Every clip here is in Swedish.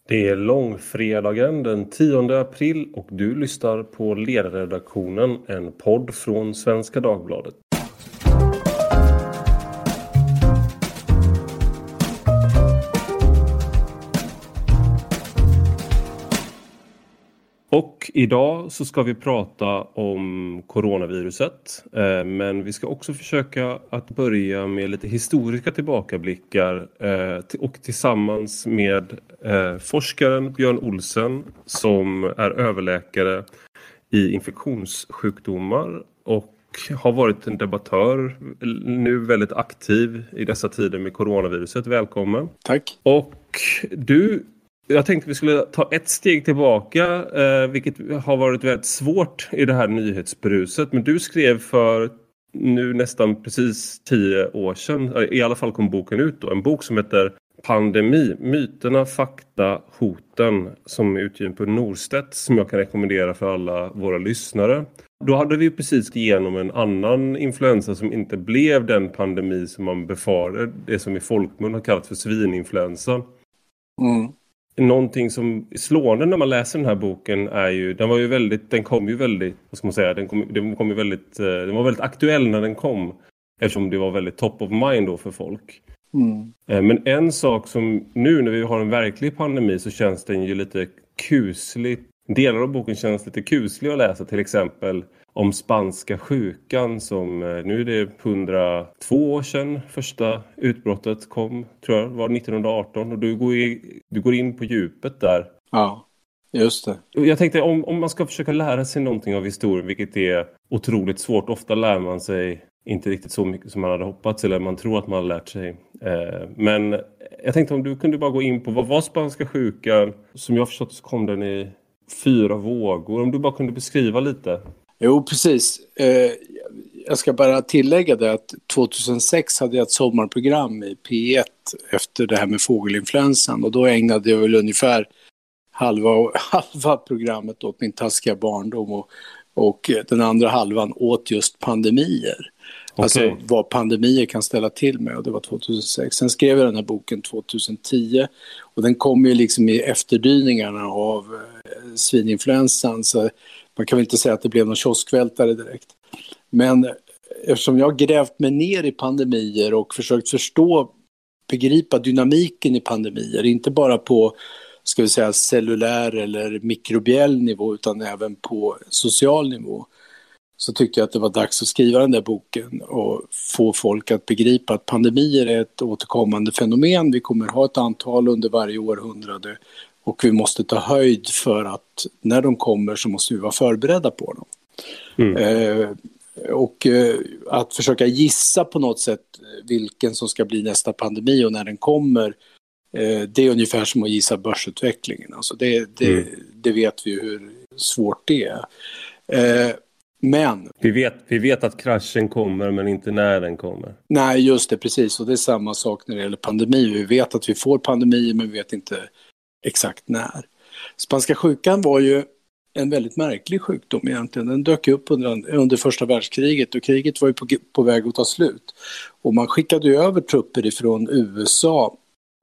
Det är långfredagen den 10 april och du lyssnar på Ledarredaktionen, en podd från Svenska Dagbladet. Och idag så ska vi prata om coronaviruset, men vi ska också försöka att börja med lite historiska tillbakablickar och tillsammans med forskaren Björn Olsen som är överläkare i infektionssjukdomar och har varit en debattör, nu väldigt aktiv i dessa tider med coronaviruset. Välkommen. Tack. Och jag tänkte vi skulle ta ett steg tillbaka, vilket har varit väldigt svårt i det här nyhetsbruset. Men du skrev för nu nästan precis 10 år sedan, i alla fall kom boken ut då, en bok som heter Pandemi, myterna, fakta, hoten, som är utgiven på Norstedt, som jag kan rekommendera för alla våra lyssnare. Då hade vi precis igenom en annan influensa som inte blev den pandemi som man befarade, det som i folkmun har kallats för svininfluensa. Mm. Någonting som är slående när man läser den här boken är ju, den var väldigt aktuell när den kom, eftersom det var väldigt top of mind då för folk. Men en sak som nu när vi har en verklig pandemi så känns den ju lite kuslig. Delar av boken känns lite kuslig att läsa, till exempel om spanska sjukan som nu är det 102 år sedan första utbrottet kom, tror jag, var 1918, och du går in på djupet där. Ja, just det. Jag tänkte om man ska försöka lära sig någonting av historien, vilket är otroligt svårt. Ofta lär man sig inte riktigt så mycket som man hade hoppats eller man tror att man har lärt sig. Men jag tänkte om du kunde bara gå in på vad var spanska sjukan? Som jag har förstått så kom den i 4 vågor. Om du bara kunde beskriva lite. Jo, precis. Jag ska bara tillägga det att 2006 hade jag ett sommarprogram i P1 efter det här med fågelinfluensan. Och då ägnade jag väl ungefär halva programmet åt min taskiga barndom och den andra halvan åt just pandemier. Okay. Alltså vad pandemier kan ställa till med, och det var 2006. Sen skrev jag den här boken 2010 och den kom ju liksom i efterdyningarna av svininfluensan, så man kan väl inte säga att det blev någon kioskvältare direkt. Men eftersom jag har grävt mig ner i pandemier och försökt begripa dynamiken i pandemier, inte bara på, ska vi säga, cellulär eller mikrobiell nivå utan även på social nivå, så tyckte jag att det var dags att skriva den där boken och få folk att begripa att pandemier är ett återkommande fenomen. Vi kommer ha ett antal under varje århundrade och vi måste ta höjd för att när de kommer så måste vi vara förberedda på dem. Att försöka gissa på något sätt vilken som ska bli nästa pandemi och när den kommer, det är ungefär som att gissa börsutvecklingen. Alltså det vet vi hur svårt det är. Men vi vet att kraschen kommer, men inte när den kommer. Nej, just det, precis. Och det är samma sak när det gäller pandemi. Vi vet att vi får pandemi, men vi vet inte exakt när. Spanska sjukan var ju en väldigt märklig sjukdom egentligen. Den dök upp under första världskriget och kriget var ju på väg att ta slut. Och man skickade ju över trupper ifrån USA,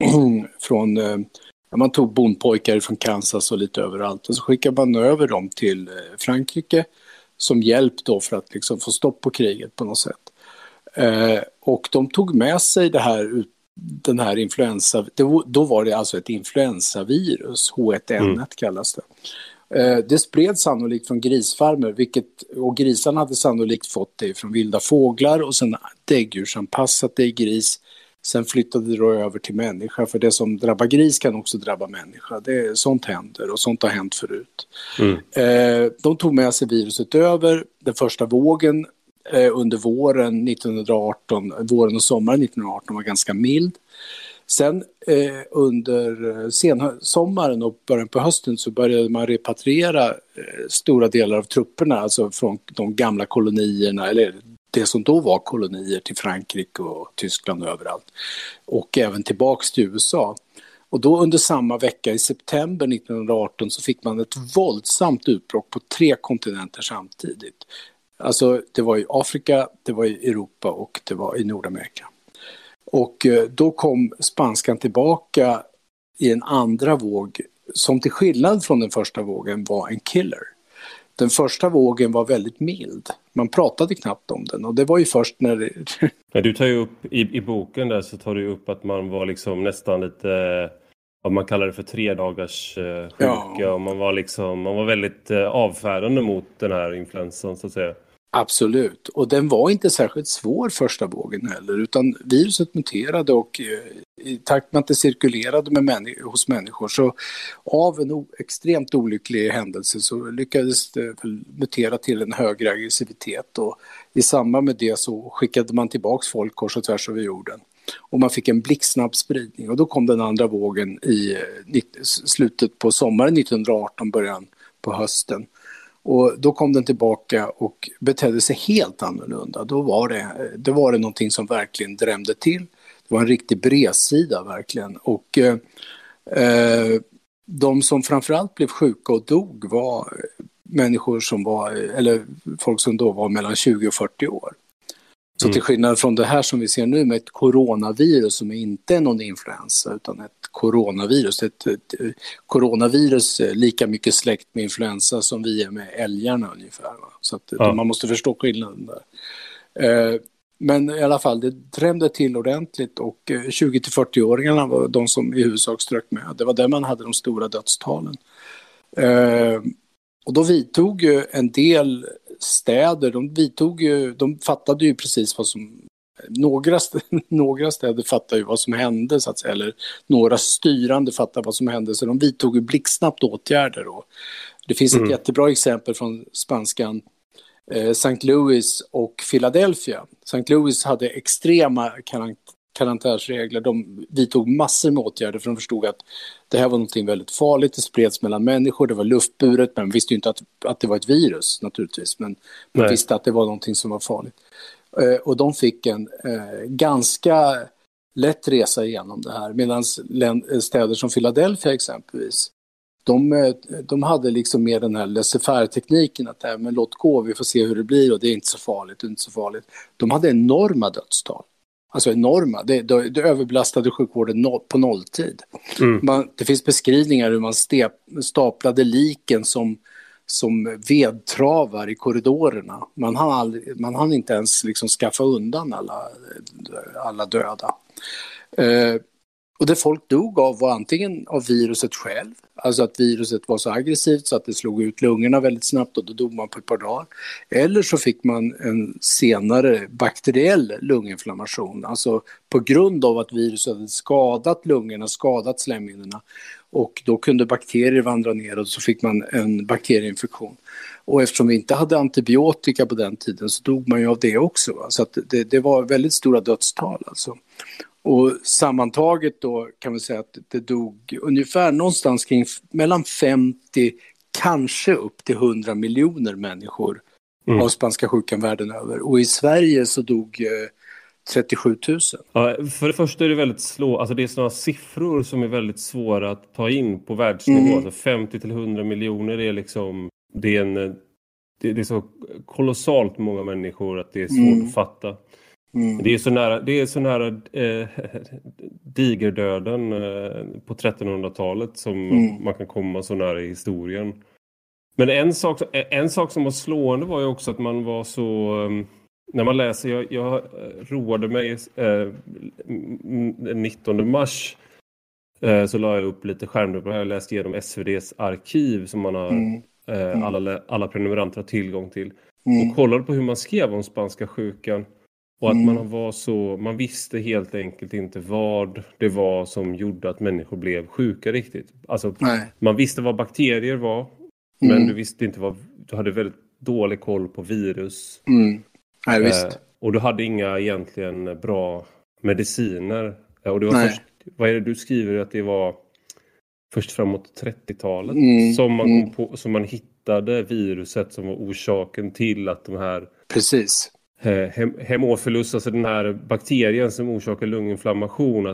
man tog bondpojkar från Kansas och lite överallt. Och så skickade man över dem till Frankrike som hjälp då för att liksom få stopp på kriget på något sätt. Och de tog med sig den här influensa. Då var det alltså ett influensavirus, H1N1 kallas det. Det spreds sannolikt från grisfarmer, och grisarna hade sannolikt fått det från vilda fåglar och sen däggdjursanpassat det i gris. Sen flyttade det då över till människa, för det som drabbar gris kan också drabba människa. Sånt händer och sånt har hänt förut. De tog med sig viruset över. Den första vågen under våren och sommaren 1918 var ganska mild. Sen under sensommaren och början på hösten så började man repatriera stora delar av trupperna, alltså från de gamla kolonierna, eller det som då var kolonier, till Frankrike och Tyskland och överallt. Och även tillbaks till USA. Och då under samma vecka i september 1918 så fick man ett våldsamt utbrott på 3 kontinenter samtidigt. Alltså det var i Afrika, det var i Europa och det var i Nordamerika. Och då kom spanskan tillbaka i en andra våg som till skillnad från den första vågen var en killer. Den första vågen var väldigt mild. Man pratade knappt om den. Och det var ju först när det... Ja, du tar ju upp i boken där, så tar du upp att man var liksom nästan lite, vad man kallar det för 3 dagars sjuka. Ja. Och man var väldigt avfärdande mot den här influensan, så att säga. Absolut. Och den var inte särskilt svår första vågen heller. Utan viruset muterade och i takt med att det cirkulerade hos människor, så av en extremt olycklig händelse så lyckades det mutera till en högre aggressivitet. Och i samband med det så skickade man tillbaka folk kors och tvärs över jorden. Och man fick en blixtsnabb spridning. Och då kom den andra vågen i slutet på sommaren 1918, början på hösten. Och då kom den tillbaka och betedde sig helt annorlunda. Då var det någonting som verkligen drämde till. Det var en riktig bredsida verkligen. Och de som framförallt blev sjuka och dog var människor folk som då var mellan 20 och 40 år. Så till skillnad från det här som vi ser nu med ett coronavirus som inte är någon influensa utan ett coronavirus. Ett coronavirus är lika mycket släkt med influensa som vi är med älgarna ungefär. Va? Så att man måste förstå skillnaden där. Men i alla fall, det drämde till ordentligt och 20-40-åringarna var de som i huvudsak strök med. Det var där man hade de stora dödstalen. Och då vidtog ju en del städer, de fattade ju precis vad som... Några städer fattade ju vad som hände, så att säga, eller några styrande fattade vad som hände, så de vidtog ju blixtsnabbt åtgärder då. Det finns ett jättebra exempel från spanskan St. Louis och Philadelphia. St. Louis hade extrema karantänsregler. De vidtog massor med åtgärder för de förstod att det här var någonting väldigt farligt. Det spreds mellan människor, det var luftburet, men man visste ju inte att det var ett virus naturligtvis, men man visste att det var någonting som var farligt. Och de fick en ganska lätt resa igenom det här, medan städer som Philadelphia exempelvis, de hade liksom mer den här laissez-faire-tekniken att men låt gå, vi får se hur det blir och det är inte så farligt. De hade enorma dödstal. Alltså enorma. Det överbelastade sjukvården på nolltid. Det finns beskrivningar hur man staplade liken som vedtravar i korridorerna. Man hann inte ens liksom skaffa undan alla döda. Och det folk dog av var antingen av viruset själv, alltså att viruset var så aggressivt så att det slog ut lungorna väldigt snabbt och då dog man på ett par dagar. Eller så fick man en senare bakteriell lunginflammation, alltså på grund av att viruset hade skadat lungorna, skadat slemhinnorna, och då kunde bakterier vandra ner och så fick man en bakterieinfektion. Och eftersom vi inte hade antibiotika på den tiden så dog man ju av det också. Va? Så att det var väldigt stora dödstal alltså. Och sammantaget då kan man säga att det dog ungefär någonstans kring mellan 50, kanske upp till 100 miljoner människor av spanska sjukan världen över. Och i Sverige så dog 37 000. Ja, för det första är det väldigt alltså det är sådana siffror som är väldigt svåra att ta in på världsnivå. Alltså 50 till 100 miljoner är liksom, det är så kolossalt många människor att det är svårt att fatta. Det är så nära digerdöden på 1300-talet som man kan komma så nära i historien. Men en sak som var slående var ju också att man var så... När man läser, jag roade mig den 19 mars så la jag upp lite skärmdumpar här. Jag läste igenom SvDs arkiv som man har, alla prenumeranter har tillgång till. Och kollade på hur man skrev om spanska sjukan. Och att man visste helt enkelt inte vad det var som gjorde att människor blev sjuka riktigt. Alltså, man visste vad bakterier var, men du visste inte du hade väldigt dålig koll på virus. Ja, visst. Och du hade inga egentligen bra mediciner. Och det var först, vad är det du skriver att det var först framåt 30-talet som man hittade viruset som var orsaken till att de här... Precis. Hemophilus, alltså den här bakterien som orsakar lunginflammation,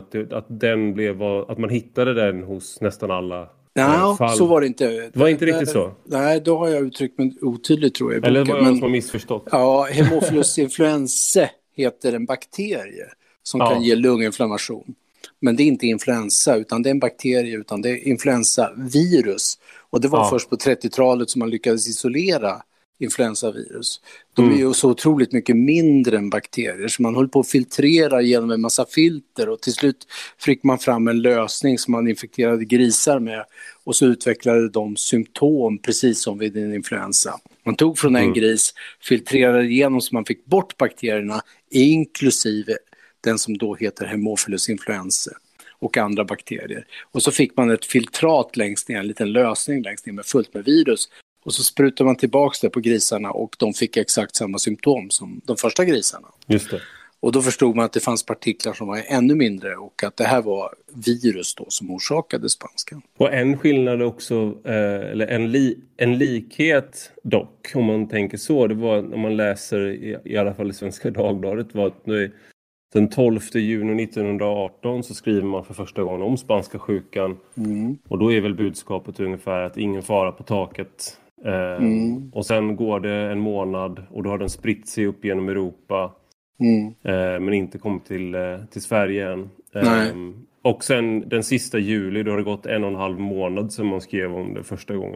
att man hittade den hos nästan alla fall. Så var det inte. Det var inte riktigt så. Nej, då har jag uttryckt mig otydligt tror jag. Eller var jag som har missförstått? Ja, Hemophilus influenzae heter en bakterie som kan ge lunginflammation. Men det är inte influensa, utan det är en bakterie, utan det är influensavirus. Och det var först på 30-talet som man lyckades isolera influensavirus. De är ju så otroligt mycket mindre än bakterier, så man höll på att filtrera genom en massa filter, och till slut fick man fram en lösning som man infekterade grisar med, och så utvecklade de symptom precis som vid en influensa. Man tog från en gris, filtrerade igenom så man fick bort bakterierna, inklusive den som då heter Haemophilus influenzae och andra bakterier. Och så fick man ett filtrat längst ner, en liten lösning längst ner med fullt med virus. Och så sprutade man tillbaka det på grisarna, och de fick exakt samma symptom som de första grisarna. Just det. Och då förstod man att det fanns partiklar som var ännu mindre, och att det här var virus då som orsakade spanskan. Och en skillnad också, eller en likhet dock, om man tänker så, det var, om man läser i alla fall i Svenska Dagbladet, var att nu den 12 juni 1918 så skriver man för första gången om spanska sjukan. Och då är väl budskapet ungefär att ingen fara på taket. Och sen går det en månad och då har den spritt sig upp genom Europa. Men inte kommit till Sverige än. Och sen den sista juli, då har det gått 1,5 månad sedan man skrev om det första gången.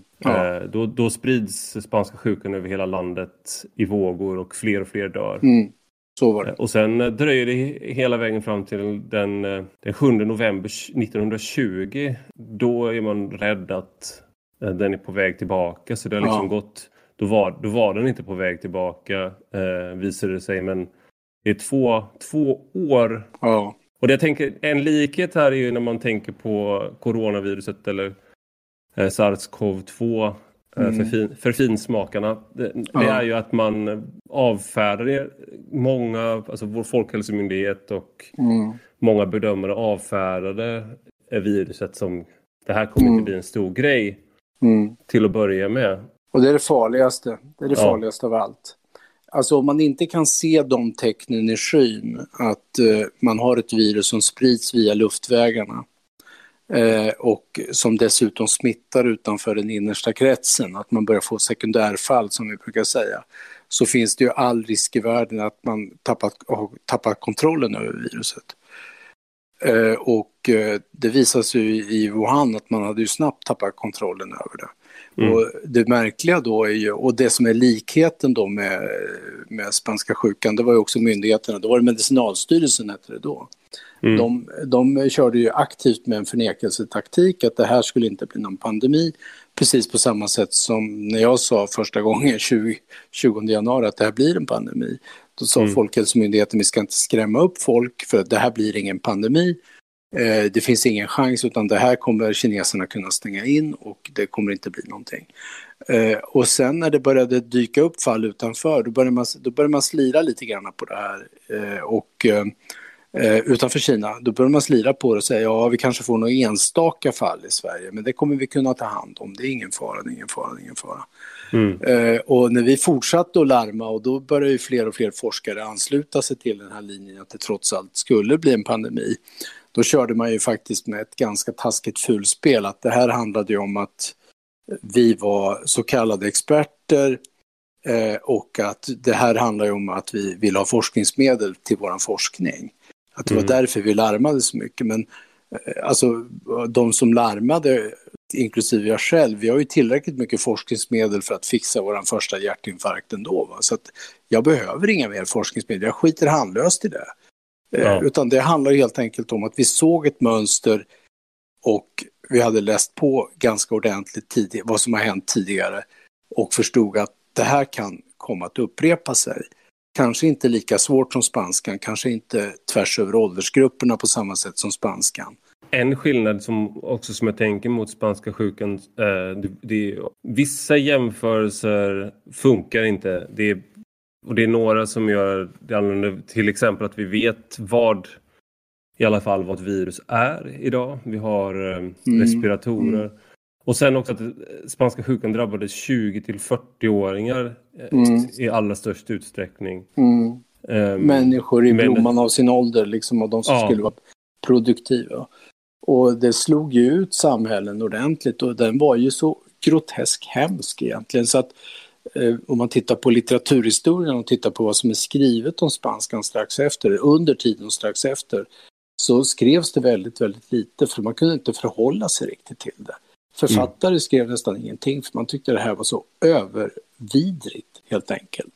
Då sprids spanska sjukan över hela landet i vågor, och fler dör. Så var det. Och sen dröjer det hela vägen fram till den 7 november 1920. Då är man rädd att den är på väg tillbaka. Så det har liksom gått... Då var den inte på väg tillbaka, visade det sig. Men det är två år. Ja. Och det jag tänker, en likhet här är ju när man tänker på coronaviruset eller SARS-CoV-2 för finsmakarna. Det är ju att man avfärdar många, alltså vår folkhälsomyndighet och många bedömare avfärdade viruset som det här kommer inte bli en stor grej till att börja med. Och det är det farligaste. Det är det farligaste av allt. Alltså om man inte kan se de tecknen i skyn att man har ett virus som sprids via luftvägarna och som dessutom smittar utanför den innersta kretsen, att man börjar få sekundärfall som vi brukar säga, så finns det ju all risk i världen att man tappar kontrollen över viruset. Och det visar sig i Wuhan att man hade ju snabbt tappat kontrollen över det. Och det märkliga då är ju, och det som är likheten då med spanska sjukan, det var ju också myndigheterna, då var det Medicinalstyrelsen hette det då. De körde ju aktivt med en förnekelsetaktik att det här skulle inte bli någon pandemi, precis på samma sätt som när jag sa första gången 20 januari att det här blir en pandemi. Då sa Folkhälsomyndigheten, vi ska inte skrämma upp folk för att det här blir ingen pandemi. Det finns ingen chans, utan det här kommer kineserna kunna stänga in och det kommer inte bli någonting. Och sen när det började dyka upp fall utanför, då började man slira lite grann på det här. Utanför Kina, då började man slira på det och säga ja, vi kanske får några enstaka fall i Sverige, men det kommer vi kunna ta hand om. Det är ingen fara. Och när vi fortsatte att larma, och då började ju fler och fler forskare ansluta sig till den här linjen att det trots allt skulle bli en pandemi. Då körde man ju faktiskt med ett ganska taskigt fulspel, att det här handlade ju om att vi var så kallade experter och att det här handlar ju om att vi vill ha forskningsmedel till våran forskning. Att det var därför vi larmade så mycket. Men alltså de som larmade, inklusive jag själv, vi har ju tillräckligt mycket forskningsmedel för att fixa våran första hjärtinfarkt ändå. Va? Så att jag behöver inga mer forskningsmedel, jag skiter handlöst i det. Utan det handlar helt enkelt om att vi såg ett mönster och vi hade läst på ganska ordentligt tidigt vad som har hänt tidigare och förstod att det här kan komma att upprepa sig. Kanske inte lika svårt som spanskan, kanske inte tvärs över åldersgrupperna på samma sätt som spanskan. En skillnad som jag tänker mot spanska sjukan, vissa jämförelser funkar inte. Det är några som gör det annorlunda, till exempel att vi vet i alla fall vad ett virus är idag. Vi har respiratorer. Och sen också att spanska sjukan drabbade 20-40-åringar i allra störst utsträckning. Människor i blomman av sin ålder, liksom, och de som skulle vara produktiva. Och det slog ju ut samhällen ordentligt, och den var ju så grotesk hemsk egentligen, så att om man tittar på litteraturhistorien och tittar på vad som är skrivet om spanskan strax efter, under tiden strax efter, så skrevs det väldigt, väldigt lite, för man kunde inte förhålla sig riktigt till det. Författare skrev nästan ingenting, för man tyckte det här var så övervidrigt, helt enkelt.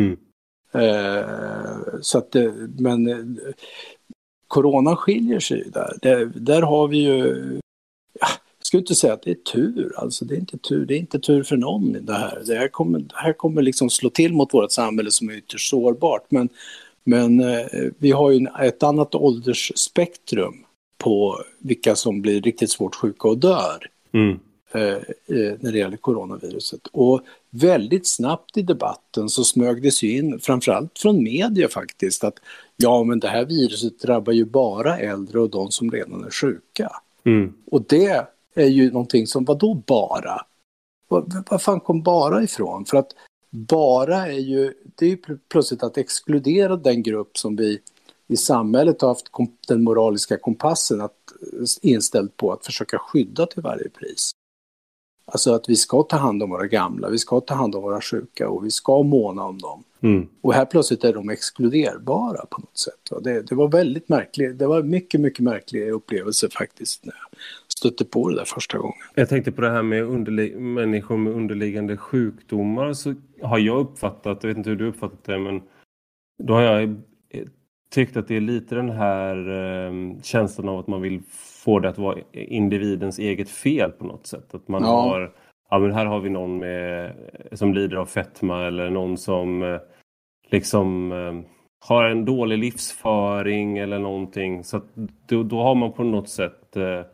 Så att men corona skiljer sig där. Där har vi ju, jag skulle inte säga att det är tur, alltså det är inte tur för någon i det här. Det här kommer liksom slå till mot vårt samhälle som är ytterst sårbart, men vi har ju ett annat åldersspektrum på vilka som blir riktigt svårt sjuka och dör när det gäller coronaviruset. Och väldigt snabbt i debatten så smög det sig in, framförallt från media faktiskt, att ja, men det här viruset drabbar ju bara äldre och de som redan är sjuka. Och det är ju någonting som, vadå bara? Vad fan kom bara ifrån? För att bara är ju plötsligt att exkludera den grupp som vi i samhället har haft den moraliska kompassen inställd på att försöka skydda till varje pris. Alltså att vi ska ta hand om våra gamla, vi ska ta hand om våra sjuka och vi ska måna om dem. Och här plötsligt är de exkluderbara på något sätt. Det var väldigt märkligt, det var mycket, mycket märklig upplevelse faktiskt när jag stötte på det där första gången. Jag tänkte på det här med människor med underliggande sjukdomar, så har jag uppfattat, jag vet inte hur du uppfattat det, men då har jag tyckt att det är lite den här känslan av att man vill få det att vara individens eget fel på något sätt. Att man har, men här har vi någon som lider av fetma, eller någon som liksom har en dålig livsföring eller någonting. Så att då har man på något sätt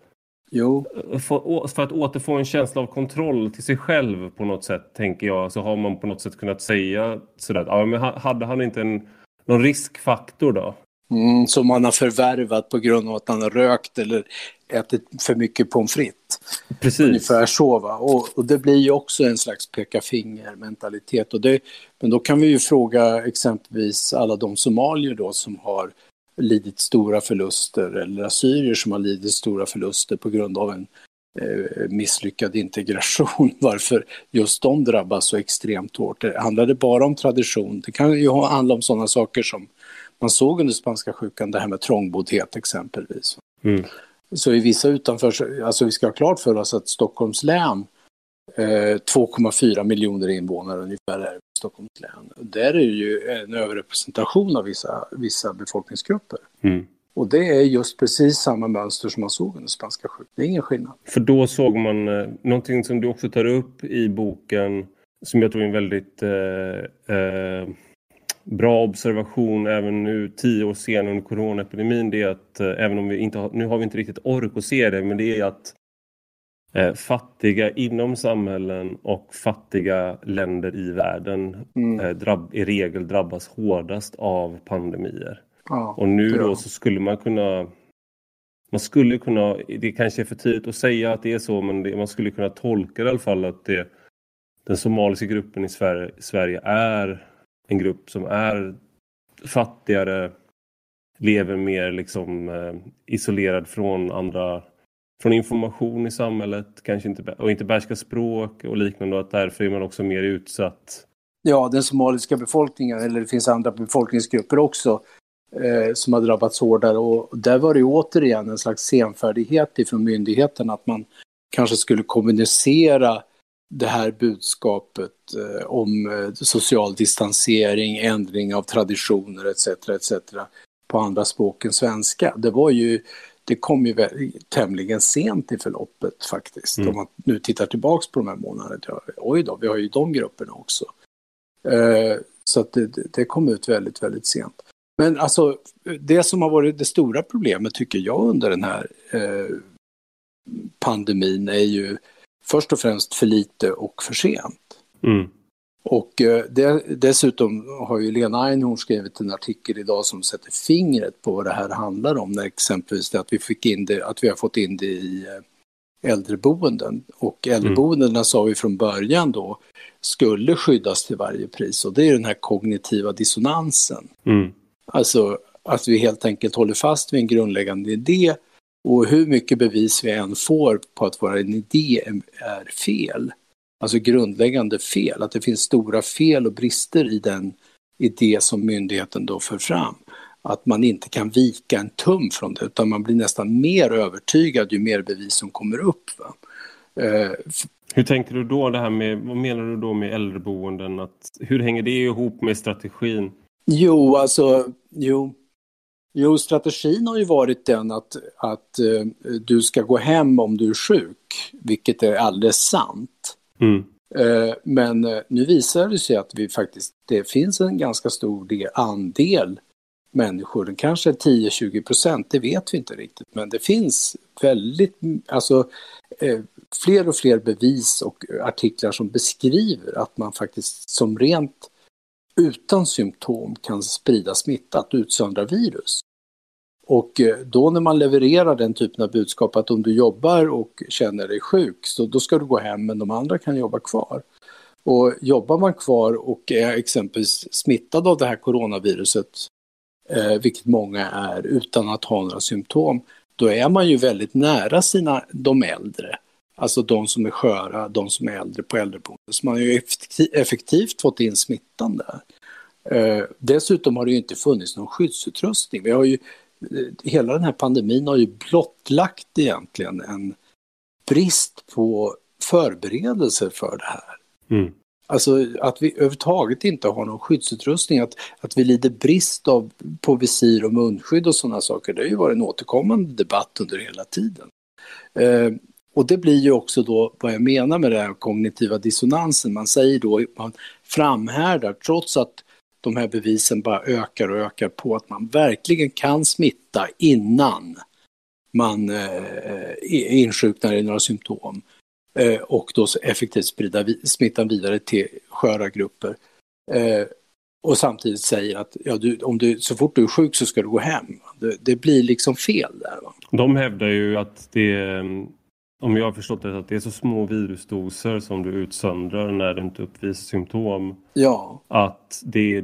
för att återfå en känsla av kontroll till sig själv på något sätt, tänker jag, så har man på något sätt kunnat säga sådär, men hade han inte någon riskfaktor då? Som man har förvärvat på grund av att han har rökt eller ätit för mycket pommes frites. Precis. Ungefär så, va? Och det blir ju också en slags peka-finger-mentalitet. Men då kan vi ju fråga exempelvis alla de somalier då som har lidit stora förluster, eller assyrier som har lidit stora förluster på grund av en misslyckad integration, varför just de drabbas så extremt hårt. Det handlar bara om tradition. Det kan ju handla om sådana saker som man såg under spanska sjukan, det här med trångboddhet exempelvis. Så i vissa utanför, alltså vi ska ha klart för oss att Stockholms län, 2,4 miljoner invånare ungefär är i Stockholms län. Där är ju en överrepresentation av vissa befolkningsgrupper. Och det är just precis samma mönster som man såg under spanska sjukan. Det är ingen skillnad. För då såg man någonting som du också tar upp i boken, som jag tror är en väldigt bra observation även nu 10 år senare under coronaepidemin. Det är att även om nu har vi inte riktigt ork att se det, men det är att fattiga inom samhällen och fattiga länder i världen i regel drabbas hårdast av pandemier. Ja, och nu då så skulle man skulle kunna, det kanske är för tidigt att säga att det är så, men man skulle kunna tolka det i alla fall att den somaliska gruppen i Sverige är en grupp som är fattigare, lever mer liksom isolerad från information i samhället, kanske inte behärskar språk och liknande, och att därför är man också mer utsatt. Ja, den somaliska befolkningen, eller det finns andra befolkningsgrupper också som har drabbats hårdare, och där var det återigen en slags senfärdighet ifrån myndigheten att man kanske skulle kommunicera det här budskapet om social distansering, ändring av traditioner etc. på andra språk än svenska. Det kom ju tämligen sent i förloppet faktiskt. Om man nu tittar tillbaks på de här månaderna. Oj då, vi har ju de grupperna också. Så att det kom ut väldigt, väldigt sent. Men alltså, det som har varit det stora problemet tycker jag under den här pandemin är ju först och främst för lite och för sent. Och dessutom har ju Lena Einhorn skrivit en artikel idag som sätter fingret på vad det här handlar om. När exempelvis det att vi har fått in det i äldreboenden. Och äldreboendena sa vi från början då skulle skyddas till varje pris. Och det är den här kognitiva dissonansen. Alltså att vi helt enkelt håller fast vid en grundläggande idé, och hur mycket bevis vi än får på att vår idé är fel, alltså grundläggande fel, att det finns stora fel och brister i den idé som myndigheten då för fram, att man inte kan vika en tum från det, utan man blir nästan mer övertygad ju mer bevis som kommer upp. Va? Hur tänker du då det här med, vad menar du då med äldreboenden? Hur hänger det ihop med strategin? Jo, strategin har ju varit den att du ska gå hem om du är sjuk, vilket är alldeles sant. Mm. Men nu visar det sig att det finns en ganska stor andel människor, kanske 10-20%, det vet vi inte riktigt, men det finns fler och fler bevis och artiklar som beskriver att man faktiskt som rent utan symptom kan sprida smitta, att utsöndra virus. Och då när man levererar den typen av budskap att om du jobbar och känner dig sjuk, så då ska du gå hem, men de andra kan jobba kvar. Och jobbar man kvar och är exempelvis smittad av det här coronaviruset, vilket många är utan att ha några symptom, då är man ju väldigt nära de äldre. Alltså de som är sköra, de som är äldre på äldreboende. Så man har ju effektivt fått in smittan där. Dessutom har det ju inte funnits någon skyddsutrustning. Hela den här pandemin har ju blottlagt egentligen en brist på förberedelser för det här. Mm. Alltså att vi överhuvudtaget inte har någon skyddsutrustning, att vi lider brist på visir och munskydd och sådana saker, det har ju varit en återkommande debatt under hela tiden. Och det blir ju också då vad jag menar med den här kognitiva dissonansen. Man säger då, man framhärdar trots att de här bevisen bara ökar och ökar på att man verkligen kan smitta innan man insjuknar i några symptom. Och då så effektivt sprida smittan vidare till sköra grupper. Och samtidigt säger att så fort du är sjuk så ska du gå hem. Det blir liksom fel där. Va? De hävdar ju att om jag har förstått det, att det är så små virusdoser som du utsöndrar när du inte uppvisar symptom. Ja. Att det är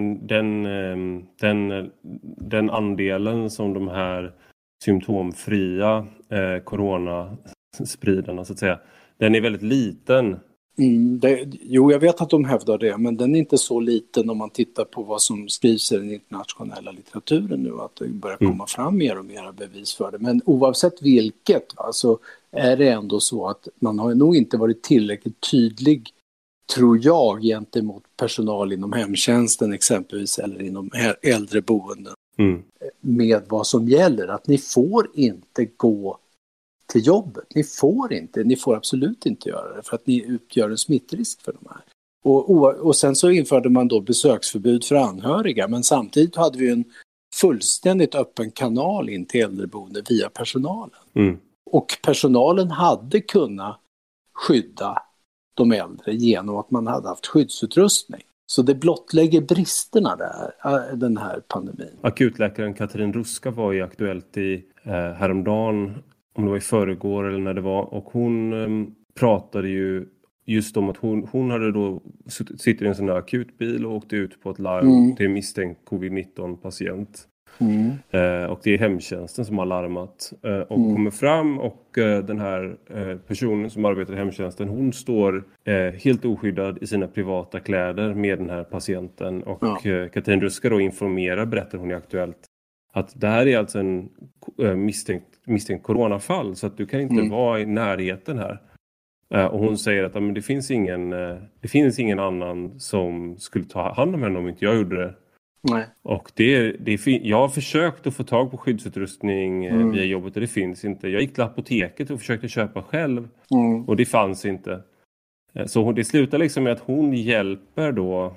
den andelen som de här symptomfria coronaspridarna så att säga, den är väldigt liten. Jag vet att de hävdar det, men den är inte så liten om man tittar på vad som skrivs i den internationella litteraturen nu, att det börjar komma fram mer och mer bevis för det. Men oavsett vilket, så är det ändå så att man har nog inte varit tillräckligt tydlig, tror jag, gentemot personal inom hemtjänsten exempelvis, eller inom äldreboenden med vad som gäller. Att ni får inte gå till jobbet. Ni får absolut inte göra det, för att ni utgör en smittrisk för de här. Och sen så införde man då besöksförbud för anhöriga, men samtidigt hade vi en fullständigt öppen kanal in till äldreboende via personalen. Och personalen hade kunnat skydda de äldre genom att man hade haft skyddsutrustning. Så det blottlägger bristerna där, den här pandemin. Akutläkaren Katrin Ruska var ju aktuellt i häromdagen, om det var i förrgår eller när det var. Och hon pratade ju just om att hon hade då sitter i en sån här akutbil och åkte ut på ett larm till misstänkt covid-19-patient. Och det är hemtjänsten som har larmat och kommer fram, och den här personen som arbetar i hemtjänsten, hon står helt oskyddad i sina privata kläder med den här patienten, och Katrin Ruska då berättar hon i Aktuellt, att det här är alltså en misstänkt coronafall, så att du kan inte vara i närheten här. Och hon säger att men det finns ingen annan som skulle ta hand om henne om inte jag gjorde det. Nej. Och jag har försökt att få tag på skyddsutrustning via jobbet, och det finns inte. Jag gick till apoteket och försökte köpa själv och det fanns inte. Så det slutar liksom med att hon hjälper då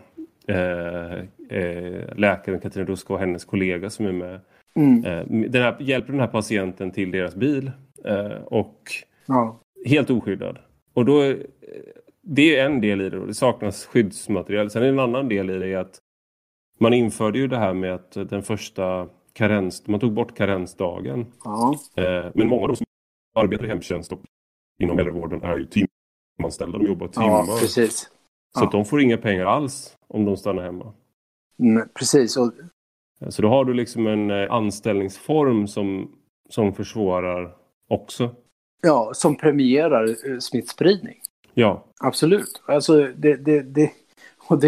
läkaren Katrin Ruska och hennes kollega som är med. Hjälper den här patienten till deras bil och helt oskyddad. Och då, det är en del i det då. Det saknas skyddsmaterial. Sen är en annan del i det att man införde ju det här med att den första man tog bort karensdagen. Men många av de som arbetar i hemtjänst och inom äldrevården är ju timanställda. De jobbar timmar. Precis. Så att de får inga pengar alls om de stannar hemma. Precis. Så då har du liksom en anställningsform som försvårar också. Ja, som premierar smittspridning. Ja. Absolut. Alltså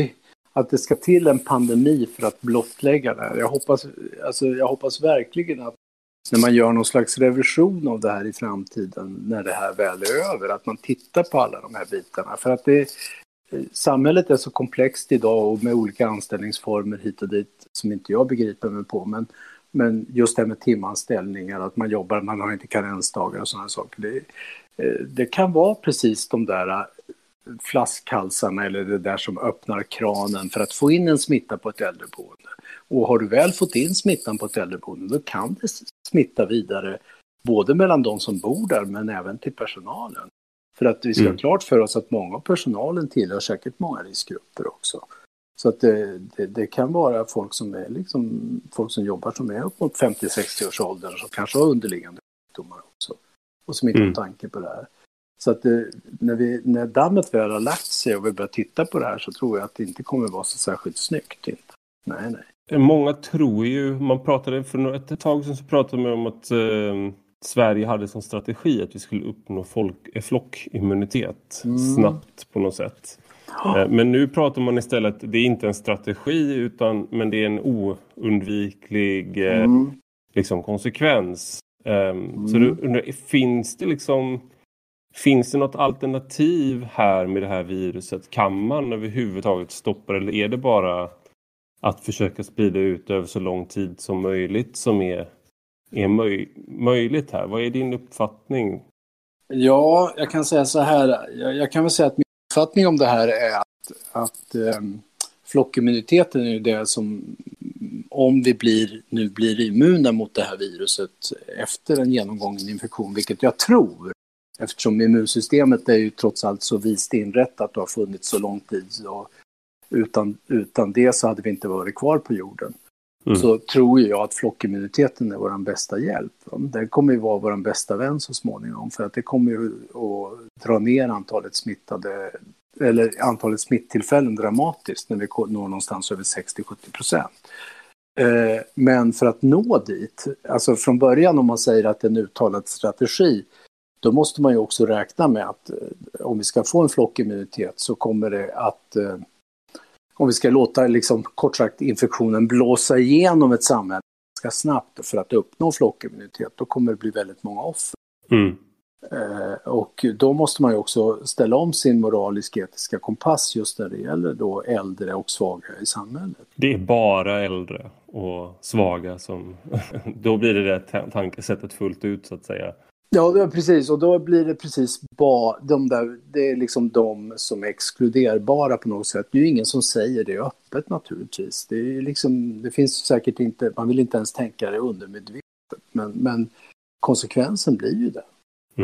att det ska till en pandemi för att blottlägga det här. Jag hoppas verkligen att när man gör någon slags revision av det här i framtiden, när det här väl är över, att man tittar på alla de här bitarna. För att samhället är så komplext idag och med olika anställningsformer hit och dit som inte jag begriper mig på. Men just det med timanställningar, att man jobbar, man har inte karensdagar och sådana saker. Det kan vara precis de där flaskhalsarna eller det där som öppnar kranen för att få in en smitta på ett äldreboende. Och har du väl fått in smittan på ett äldreboende, då kan det smitta vidare både mellan de som bor där men även till personalen. För att vi ska ha klart för oss att många av personalen tillhör säkert många riskgrupper också. Så att det kan vara folk som är folk som jobbar som är upp mot 50-60 års ålder som kanske har underliggande sjukdomar också. Och som inte har tanke på det här. Så att när dammet väl har lagt sig och vi börjar titta på det här, så tror jag att det inte kommer vara så särskilt snyggt. Inte. Nej. Många tror ju, man pratade för ett tag sedan så pratade man om att Sverige hade som strategi att vi skulle uppnå flockimmunitet snabbt på något sätt. Men nu pratar man istället att det är inte en strategi men det är en oundviklig konsekvens. Så du undrar, finns det något alternativ här med det här viruset? Kan man överhuvudtaget stoppa det, eller är det bara att försöka sprida ut över så lång tid som möjligt som är möjligt här? Vad är din uppfattning? Ja, jag kan säga så här. Jag kan väl säga att min uppfattning om det här är att flockimmuniteten är det som, om vi blir immuna mot det här viruset efter en genomgången infektion, vilket jag tror, eftersom immunsystemet är ju trots allt så vist inrättat och har funnits så lång tid, och utan det så hade vi inte varit kvar på jorden. Så tror jag att flockimmuniteten är vår bästa hjälp. Den kommer ju vara vår bästa vän så småningom, för att det kommer ju att dra ner antalet smittade eller antalet smittillfällen dramatiskt när vi når någonstans över 60-70%. Men för att nå dit, alltså från början om man säger att det är en uttalad strategi, då måste man ju också räkna med att om vi ska få en flockimmunitet så kommer det att, om vi ska låta kort sagt infektionen blåsa igenom ett samhälle ganska snabbt för att uppnå flockimmunitet, då kommer det bli väldigt många offer. Och då måste man ju också ställa om sin moralisk-etiska kompass just när det gäller då äldre och svaga i samhället. Det är bara äldre och svaga som då blir det tankesättet fullt ut så att säga. Ja, det är precis, och då blir det precis bara det är de som är exkluderbara på något sätt. Det är ju ingen som säger det öppet naturligtvis. Det är det finns säkert inte, man vill inte ens tänka det undermedvetet, men konsekvensen blir ju det.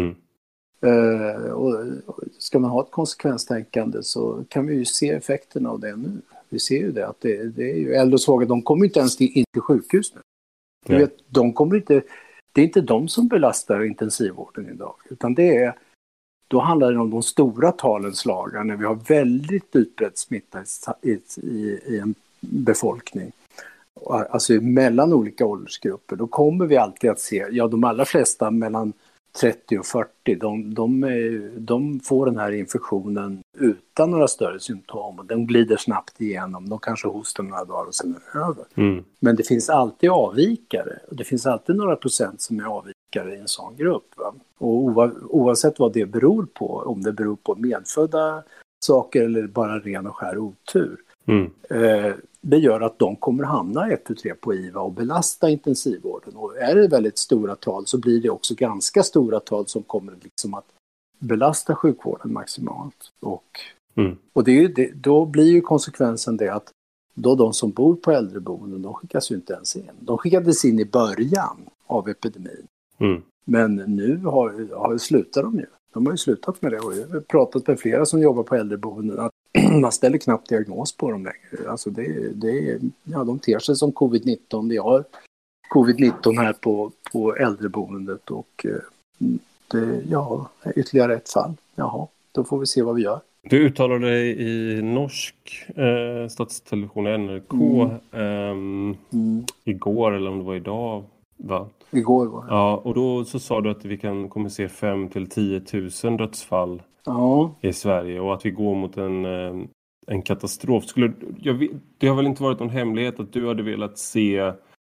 Och ska man ha ett konsekvenstänkande så kan vi ju se effekterna av det nu. Vi ser ju det att det är ju äldre och svaga, de kommer inte ens in till sjukhus nu. Du vet, det är inte de som belastar intensivvården idag, utan då handlar det om de stora talens lagar när vi har väldigt utbredd smitta i en befolkning. Alltså mellan olika åldersgrupper, då kommer vi alltid att se, de allra flesta mellan 30 och 40, de får den här infektionen utan några större symptom och den glider snabbt igenom. De kanske hostar några dagar och sen är det över. Men det finns alltid avvikare och det finns alltid några procent som är avvikare i en sån grupp. Va? Och oavsett vad det beror på, om det beror på medfödda saker eller bara ren och skär otur, det gör att de kommer hamna 1-3 på IVA och belasta intensivvården. Och är det väldigt stora tal så blir det också ganska stora tal som kommer att belasta sjukvården maximalt. Och då blir ju konsekvensen det att då de som bor på äldreboenden, de skickas ju inte ens in. De skickades in i början av epidemin. Men nu slutar de ju. De har ju slutat med det, och jag har pratat med flera som jobbar på äldreboenden att man ställer knappt diagnos på dem längre. Alltså de ter sig som covid-19. Vi har covid-19 här på äldreboendet och ytterligare ett fall. Jaha, då får vi se vad vi gör. Du uttalade dig i norsk statstelevision NRK igår, eller om det var idag, va? Igår var det. Ja, och då så sa du att vi kommer se 5 000 till 10 000 dödsfall i Sverige och att vi går mot en katastrof. Det har väl inte varit någon hemlighet att du hade velat se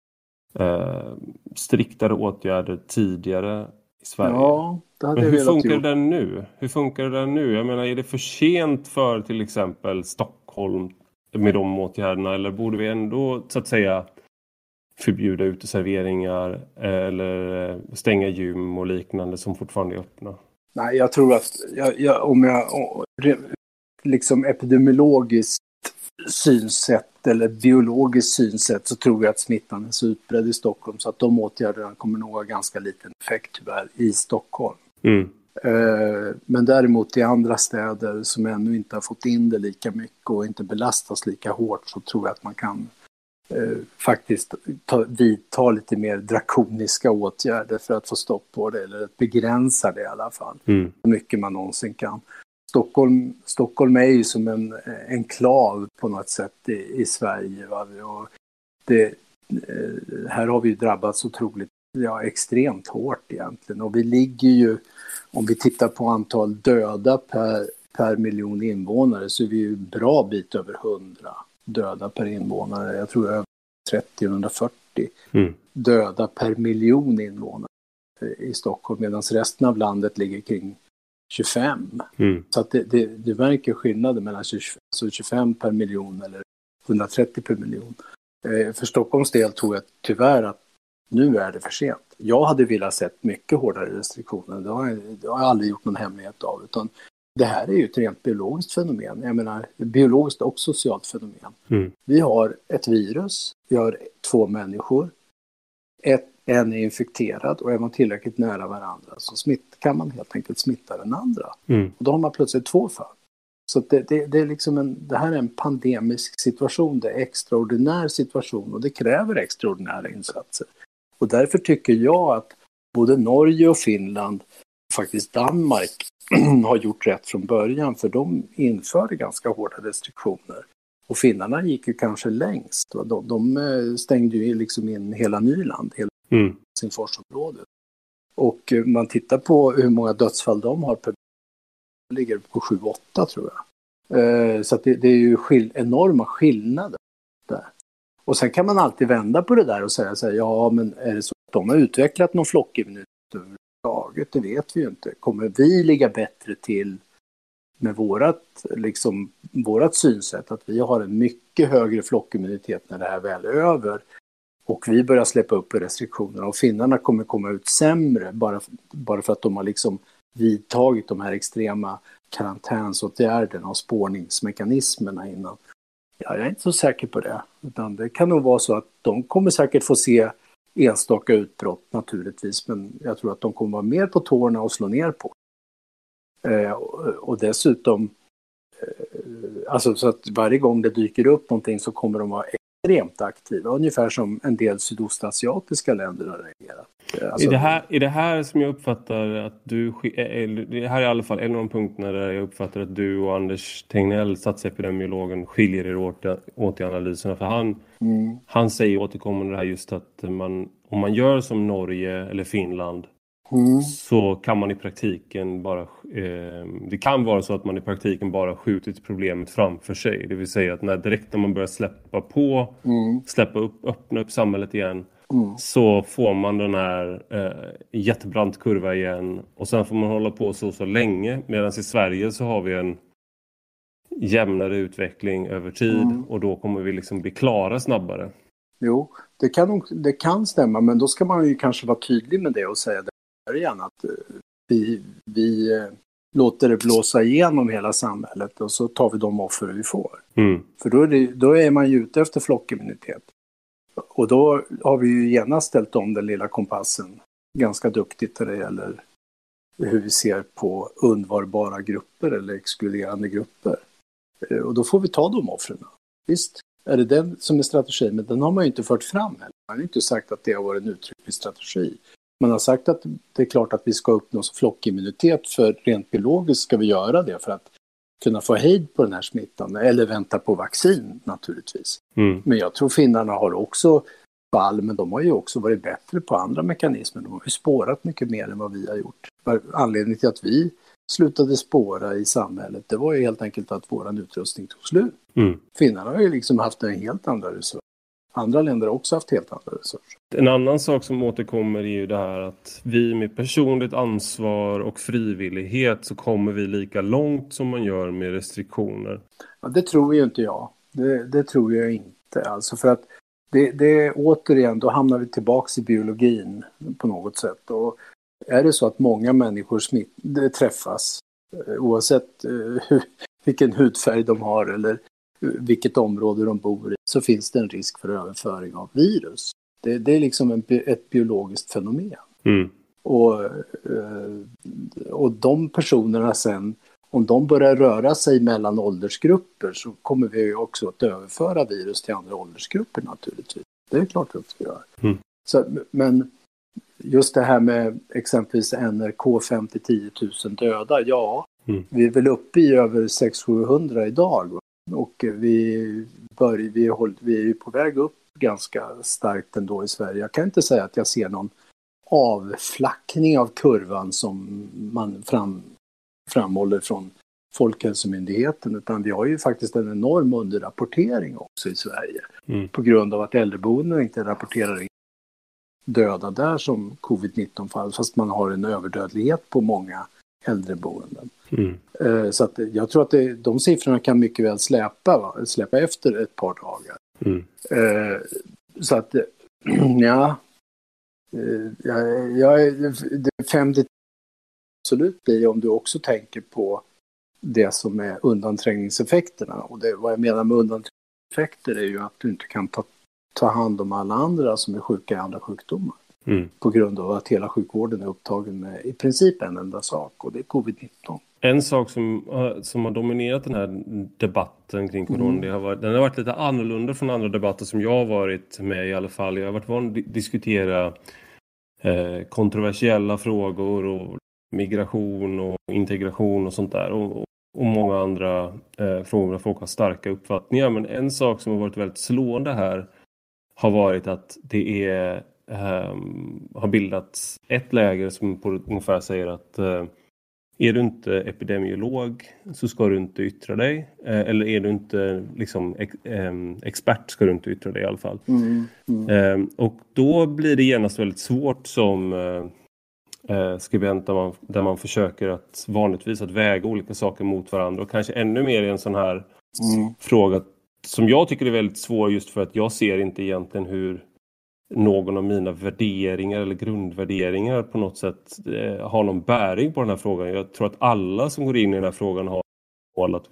striktare åtgärder tidigare i Sverige. Ja, det hade men jag hur velat funkar gjort. det nu? Hur funkar det nu? Jag menar, är det för sent för till exempel Stockholm med de åtgärderna? Eller borde vi ändå så att säga förbjuda uteserveringar eller stänga gym och liknande som fortfarande är öppna? Nej, jag tror att liksom epidemiologiskt synsätt eller biologiskt synsätt så tror jag att smittan är så utbredd i Stockholm så att de åtgärderna kommer nog ha ganska liten effekt tyvärr i Stockholm. Mm. Men däremot i andra städer som ännu inte har fått in det lika mycket och inte belastas lika hårt så tror jag att man kan faktiskt vidta lite mer drakoniska åtgärder för att få stopp på det eller att begränsa det i alla fall. Så mycket man någonsin kan. Stockholm är ju som en enklav på något sätt i Sverige. Va? Och här har vi ju drabbats otroligt, extremt hårt egentligen. Och vi ligger ju, om vi tittar på antal döda per miljon invånare så är vi ju bra bit över 100 döda per invånare. Jag tror över 30-140 döda per miljon invånare i Stockholm medan resten av landet ligger kring 25. Så att det märker skillnaden mellan 25 per miljon eller 130 per miljon. För Stockholms del tror jag tyvärr att nu är det för sent. Jag hade velat sett mycket hårdare restriktioner. Det har jag aldrig gjort någon hemlighet av. Utan det här är ju ett rent biologiskt fenomen. Jag menar, biologiskt och socialt fenomen. Vi har ett virus. Vi har 2 människor. En är infekterad och är man tillräckligt nära varandra så kan man helt enkelt smitta den andra. Och då har man plötsligt 2 fall. Så det är liksom det här är en pandemisk situation, det är en extraordinär situation och det kräver extraordinära insatser. Och därför tycker jag att både Norge och Finland och faktiskt Danmark har gjort rätt från början för de införde ganska hårda restriktioner. Och finnarna gick ju kanske längst. De stängde ju liksom in hela Nyland, hela Helsingforsområdet. Och man tittar på hur många dödsfall de har per ligger på 7-8 tror jag. Så att det är ju enorma skillnader där. Och sen kan man alltid vända på det där och säga så här, ja men är det så att de har utvecklat någon flockimmunitet överhuvudtaget? Det vet vi ju inte. Kommer vi ligga bättre till med vårat synsätt att vi har en mycket högre flockimmunitet när det här väl är över och vi börjar släppa upp restriktionerna och finnarna kommer komma ut sämre bara för att de har liksom vidtagit de här extrema karantänsåtgärderna och spårningsmekanismerna innan. Ja, jag är inte så säker på det. Utan det kan nog vara så att de kommer säkert få se enstaka utbrott naturligtvis. Men jag tror att de kommer vara mer på tårna och slå ner på. Och dessutom, alltså så att varje gång det dyker upp någonting så kommer de vara extremt aktiva. Ungefär som en del sydostasiatiska länder har reagerat. Alltså, är det här som jag uppfattar att du... Det här är i alla fall en av de punkterna där jag uppfattar att du och Anders Tegnell, statsepidemiologen, skiljer er åt i analyserna. För han säger återkommande det här just att om man gör som Norge eller Finland så kan man i praktiken bara... det kan vara så att man i praktiken bara skjutit problemet framför sig. Det vill säga att direkt när man börjar öppna upp samhället igen så får man den här jättebrant kurva igen. Och sen får man hålla på så länge. Medan i Sverige så har vi en jämnare utveckling över tid. Och då kommer vi liksom bli klara snabbare. Jo, det kan stämma. Men då ska man ju kanske vara tydlig med det och säga det igen att vi låter det blåsa igenom hela samhället och så tar vi de offer vi får. För då är man ju ute efter flockimmunitet. Och då har vi ju genast ställt om den lilla kompassen ganska duktigt när det gäller hur vi ser på undvarbara grupper eller exkluderande grupper. Och då får vi ta de offren. Visst, är det den som är strategin, men den har man ju inte fört fram heller. Man har inte sagt att det har varit en uttrycklig strategi. Man har sagt att det är klart att vi ska uppnå flockimmunitet för rent biologiskt ska vi göra det för att kunna få hejd på den här smittan eller vänta på vaccin naturligtvis. Men jag tror finnarna har också fall, men de har ju också varit bättre på andra mekanismer. De har ju spårat mycket mer än vad vi har gjort. Anledningen till att vi slutade spåra i samhället, det var ju helt enkelt att våran utrustning tog slut. Mm. Finnarna har ju liksom haft en helt andra resurser. Andra länder har också haft helt andra resurser. En annan sak som återkommer är ju det här att vi med personligt ansvar och frivillighet så kommer vi lika långt som man gör med restriktioner. Ja, det tror ju inte jag. Det tror jag inte. Alltså för att det återigen, då hamnar vi tillbaks i biologin på något sätt. Och är det så att många människor träffas, oavsett vilken hudfärg de har eller vilket område de bor i, så finns det en risk för överföring av virus. Det är liksom ett biologiskt fenomen. Mm. Och de personerna sen, om de börjar röra sig mellan åldersgrupper, så kommer vi också att överföra virus till andra åldersgrupper naturligtvis. Det är klart att vi gör. Mm. Men just det här med exempelvis NRK 5-10 000 döda, vi är väl uppe i över 600-700 idag. Och vi är ju på väg upp ganska starkt ändå i Sverige. Jag kan inte säga att jag ser någon avflackning av kurvan som man framhåller från Folkhälsomyndigheten, utan vi har ju faktiskt en enorm underrapportering också i Sverige. På grund av att äldreboenden inte rapporterar in döda där som covid-19-fall, fast man har en överdödlighet på många äldreboenden. Så att jag tror att de siffrorna kan mycket väl släpa efter ett par dagar. Så att det 50 absolut blir om du också tänker på det som är undanträngningseffekterna. Och vad jag menar med undanträngningseffekter är ju att du inte kan ta hand om alla andra som är sjuka i andra sjukdomar. På grund av att hela sjukvården är upptagen med i princip en enda sak, och det är covid-19. En sak som har dominerat den här debatten kring corona, den har varit lite annorlunda från andra debatter som jag har varit med i alla fall. Jag har varit van att diskutera kontroversiella frågor och migration och integration och sånt där. Och många andra frågor där folk har starka uppfattningar. Men en sak som har varit väldigt slående här har varit att det har bildats ett läger som på ungefär säger att är du inte epidemiolog så ska du inte yttra dig. Eller är du inte liksom, expert ska du inte yttra dig i alla fall. Och då blir det genast väldigt svårt som skribent där man försöker att vanligtvis att väga olika saker mot varandra. Och kanske ännu mer i en sån här fråga som jag tycker är väldigt svår, just för att jag ser inte egentligen hur någon av mina värderingar eller grundvärderingar på något sätt har någon bäring på den här frågan. Jag tror att alla som går in i den här frågan har mål att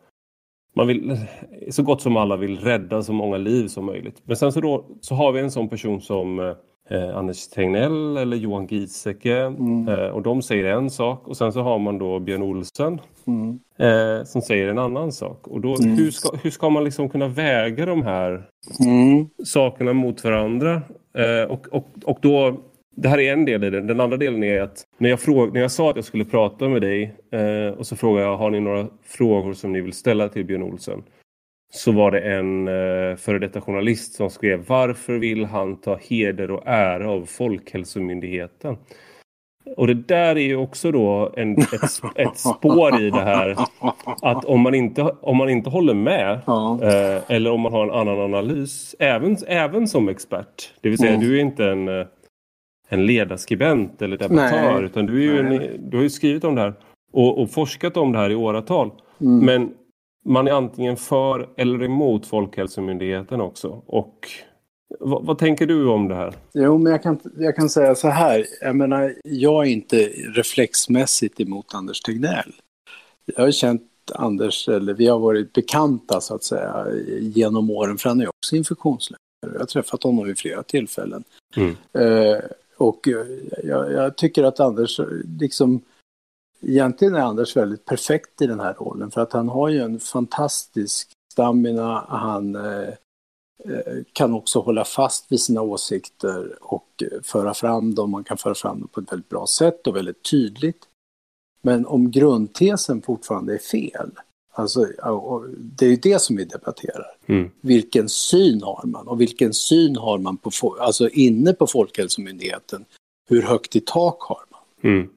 så gott som alla vill rädda så många liv som möjligt. Men sen så har vi en sån person som Anders Tegnell eller Johan Giesecke och de säger en sak, och sen så har man då Björn Olsen som säger en annan sak, och då hur ska man liksom kunna väga de här sakerna mot varandra, och då det här är en del i det. Den andra delen är att när jag sa att jag skulle prata med dig och så frågade jag, har ni några frågor som ni vill ställa till Björn Olsen? Så var det en före detta journalist som skrev: varför vill han ta heder och ära av Folkhälsomyndigheten? Och det där är ju också då ett spår i det här, att om man inte håller med eller om man har en annan analys, även som expert, det vill säga du är inte en ledarskribent eller debattör, utan du har ju skrivit om det här och forskat om det här i åratal, men man är antingen för eller emot Folkhälsomyndigheten också. Och vad tänker du om det här? Jo, men jag kan säga så här. Jag menar, jag är inte reflexmässigt emot Anders Tegnell. Jag har känt Anders, eller vi har varit bekanta så att säga genom åren, för han är också infektionsläkare. Jag har träffat honom vid flera tillfällen. Och jag tycker att Anders liksom, egentligen är Anders väldigt perfekt i den här rollen, för att han har ju en fantastisk stamina. Han kan också hålla fast vid sina åsikter och föra fram dem. Man kan föra fram dem på ett väldigt bra sätt och väldigt tydligt. Men om grundtesen fortfarande är fel, alltså, det är ju det som vi debatterar. Vilken syn har man? Och vilken syn har man på, alltså inne på Folkhälsomyndigheten? Hur högt i tak har man?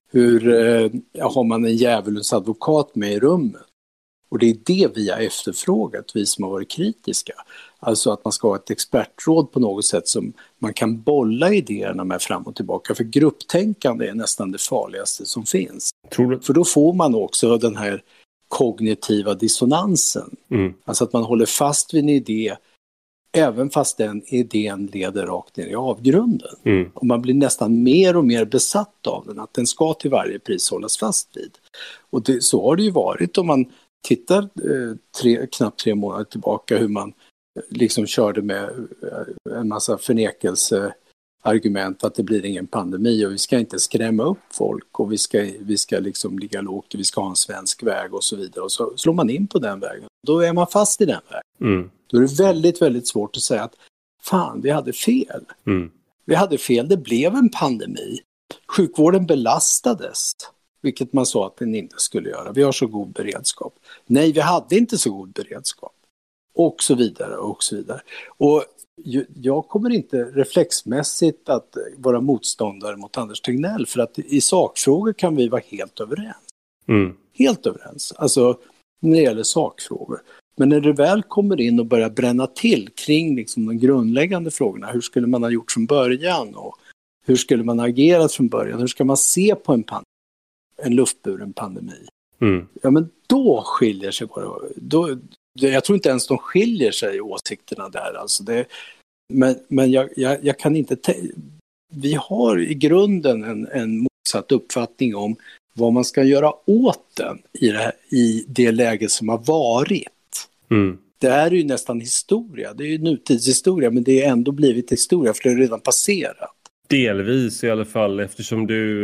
har man en djävulens advokat med i rummet? Och det är det vi har efterfrågat, vi som har varit kritiska. Alltså att man ska ha ett expertråd på något sätt som man kan bolla idéerna med fram och tillbaka. För grupptänkande är nästan det farligaste som finns. Tror du? För då får man också den här kognitiva dissonansen. Alltså att man håller fast vid en idé även fast den idén leder rakt ner i avgrunden. Och man blir nästan mer och mer besatt av den, att den ska till varje pris hållas fast vid. Och så har det ju varit om man tittar knappt 3 månader tillbaka, hur man liksom körde med en massa förnekelseargument att det blir ingen pandemi och vi ska inte skrämma upp folk och vi ska liksom ligga lågt och vi ska ha en svensk väg och så vidare. Och så slår man in på den vägen. Då är man fast i den vägen. Då är det väldigt, väldigt svårt att säga att fan, vi hade fel. Vi hade fel, det blev en pandemi. Sjukvården belastades, vilket man sa att den inte skulle göra. Vi har så god beredskap. Nej, vi hade inte så god beredskap. Och så vidare, och så vidare. Och jag kommer inte reflexmässigt att vara motståndare mot Anders Tegnell, för att i sakfrågor kan vi vara helt överens. Helt överens. Alltså när det gäller sakfrågor. Men när det väl kommer in och börjar bränna till kring liksom de grundläggande frågorna, hur skulle man ha gjort från början och hur skulle man ha agerat från början, hur ska man se på en luftburen pandemi? Ja, men då skiljer sig jag tror inte ens de skiljer sig i åsikterna där. Alltså men jag kan inte... Vi har i grunden en motsatt uppfattning om vad man ska göra åt den i det läge som har varit. Det här är ju nästan historia. Det är ju nutidshistoria, men det är ändå blivit historia för det är redan passerat. Delvis i alla fall, eftersom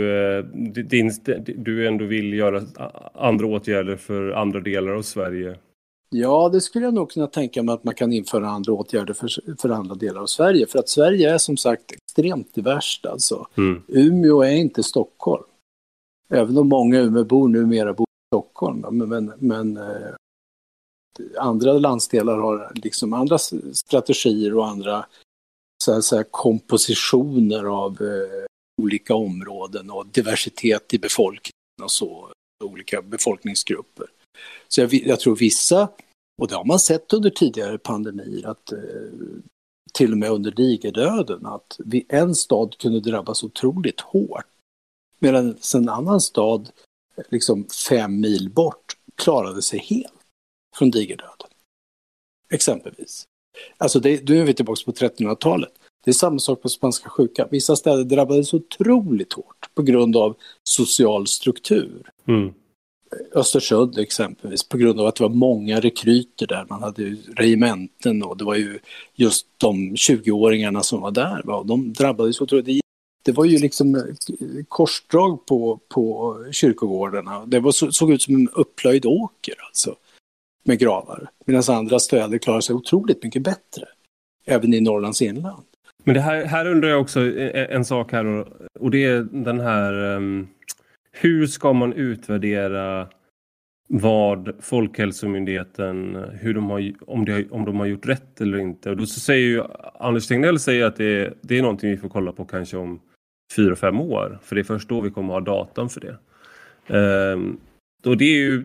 du ändå vill göra andra åtgärder för andra delar av Sverige. Ja, det skulle jag nog kunna tänka mig, att man kan införa andra åtgärder för andra delar av Sverige. För att Sverige är som sagt extremt diverst. Alltså. Umeå är inte Stockholm. Även om många Umeåbor numera bor i Stockholm. Men andra landsdelar har liksom andra strategier och andra så här, kompositioner av olika områden och diversitet i befolkningen och så, olika befolkningsgrupper. Så jag tror vissa, och det har man sett under tidigare pandemier, att till och med under digerdöden, att en stad kunde drabbas otroligt hårt, medan en annan stad liksom 5 mil bort klarade sig helt från digerdöden. Exempelvis. Alltså nu är vi tillbaka på 1300-talet. Det är samma sak på spanska sjukan. Vissa städer drabbades otroligt hårt på grund av social struktur. Östersund exempelvis, på grund av att det var många rekryter där. Man hade ju regementen och det var ju just de 20-åringarna som var där. Va? Och de drabbades otroligt. Det var ju liksom korsdrag på kyrkogårdarna. Det såg ut som en upplöjd åker alltså, med gravar. Medan andra städer klarar sig otroligt mycket bättre. Även i Norrlands inland. Men det här undrar jag också en sak här. Och det är den här... hur ska man utvärdera vad Folkhälsomyndigheten, om de har gjort rätt eller inte? Och då så säger ju Anders Tegnell att det är någonting vi får kolla på kanske om 4-5 år. För det är först då vi kommer ha datan för det. Och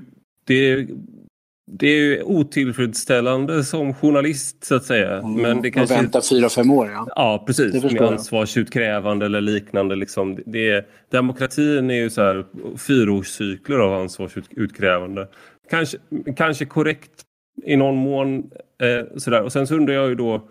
det är ju otillfredsställande som journalist så att säga. Men det kanske... vänta 4-5 år, ja. Ja, precis. Med ansvarsutkrävande eller liknande. Liksom. Demokratin är ju så här 4-årscykler av ansvarsutkrävande. Kanske korrekt i någon mån. Sådär. Och sen så undrar jag ju då...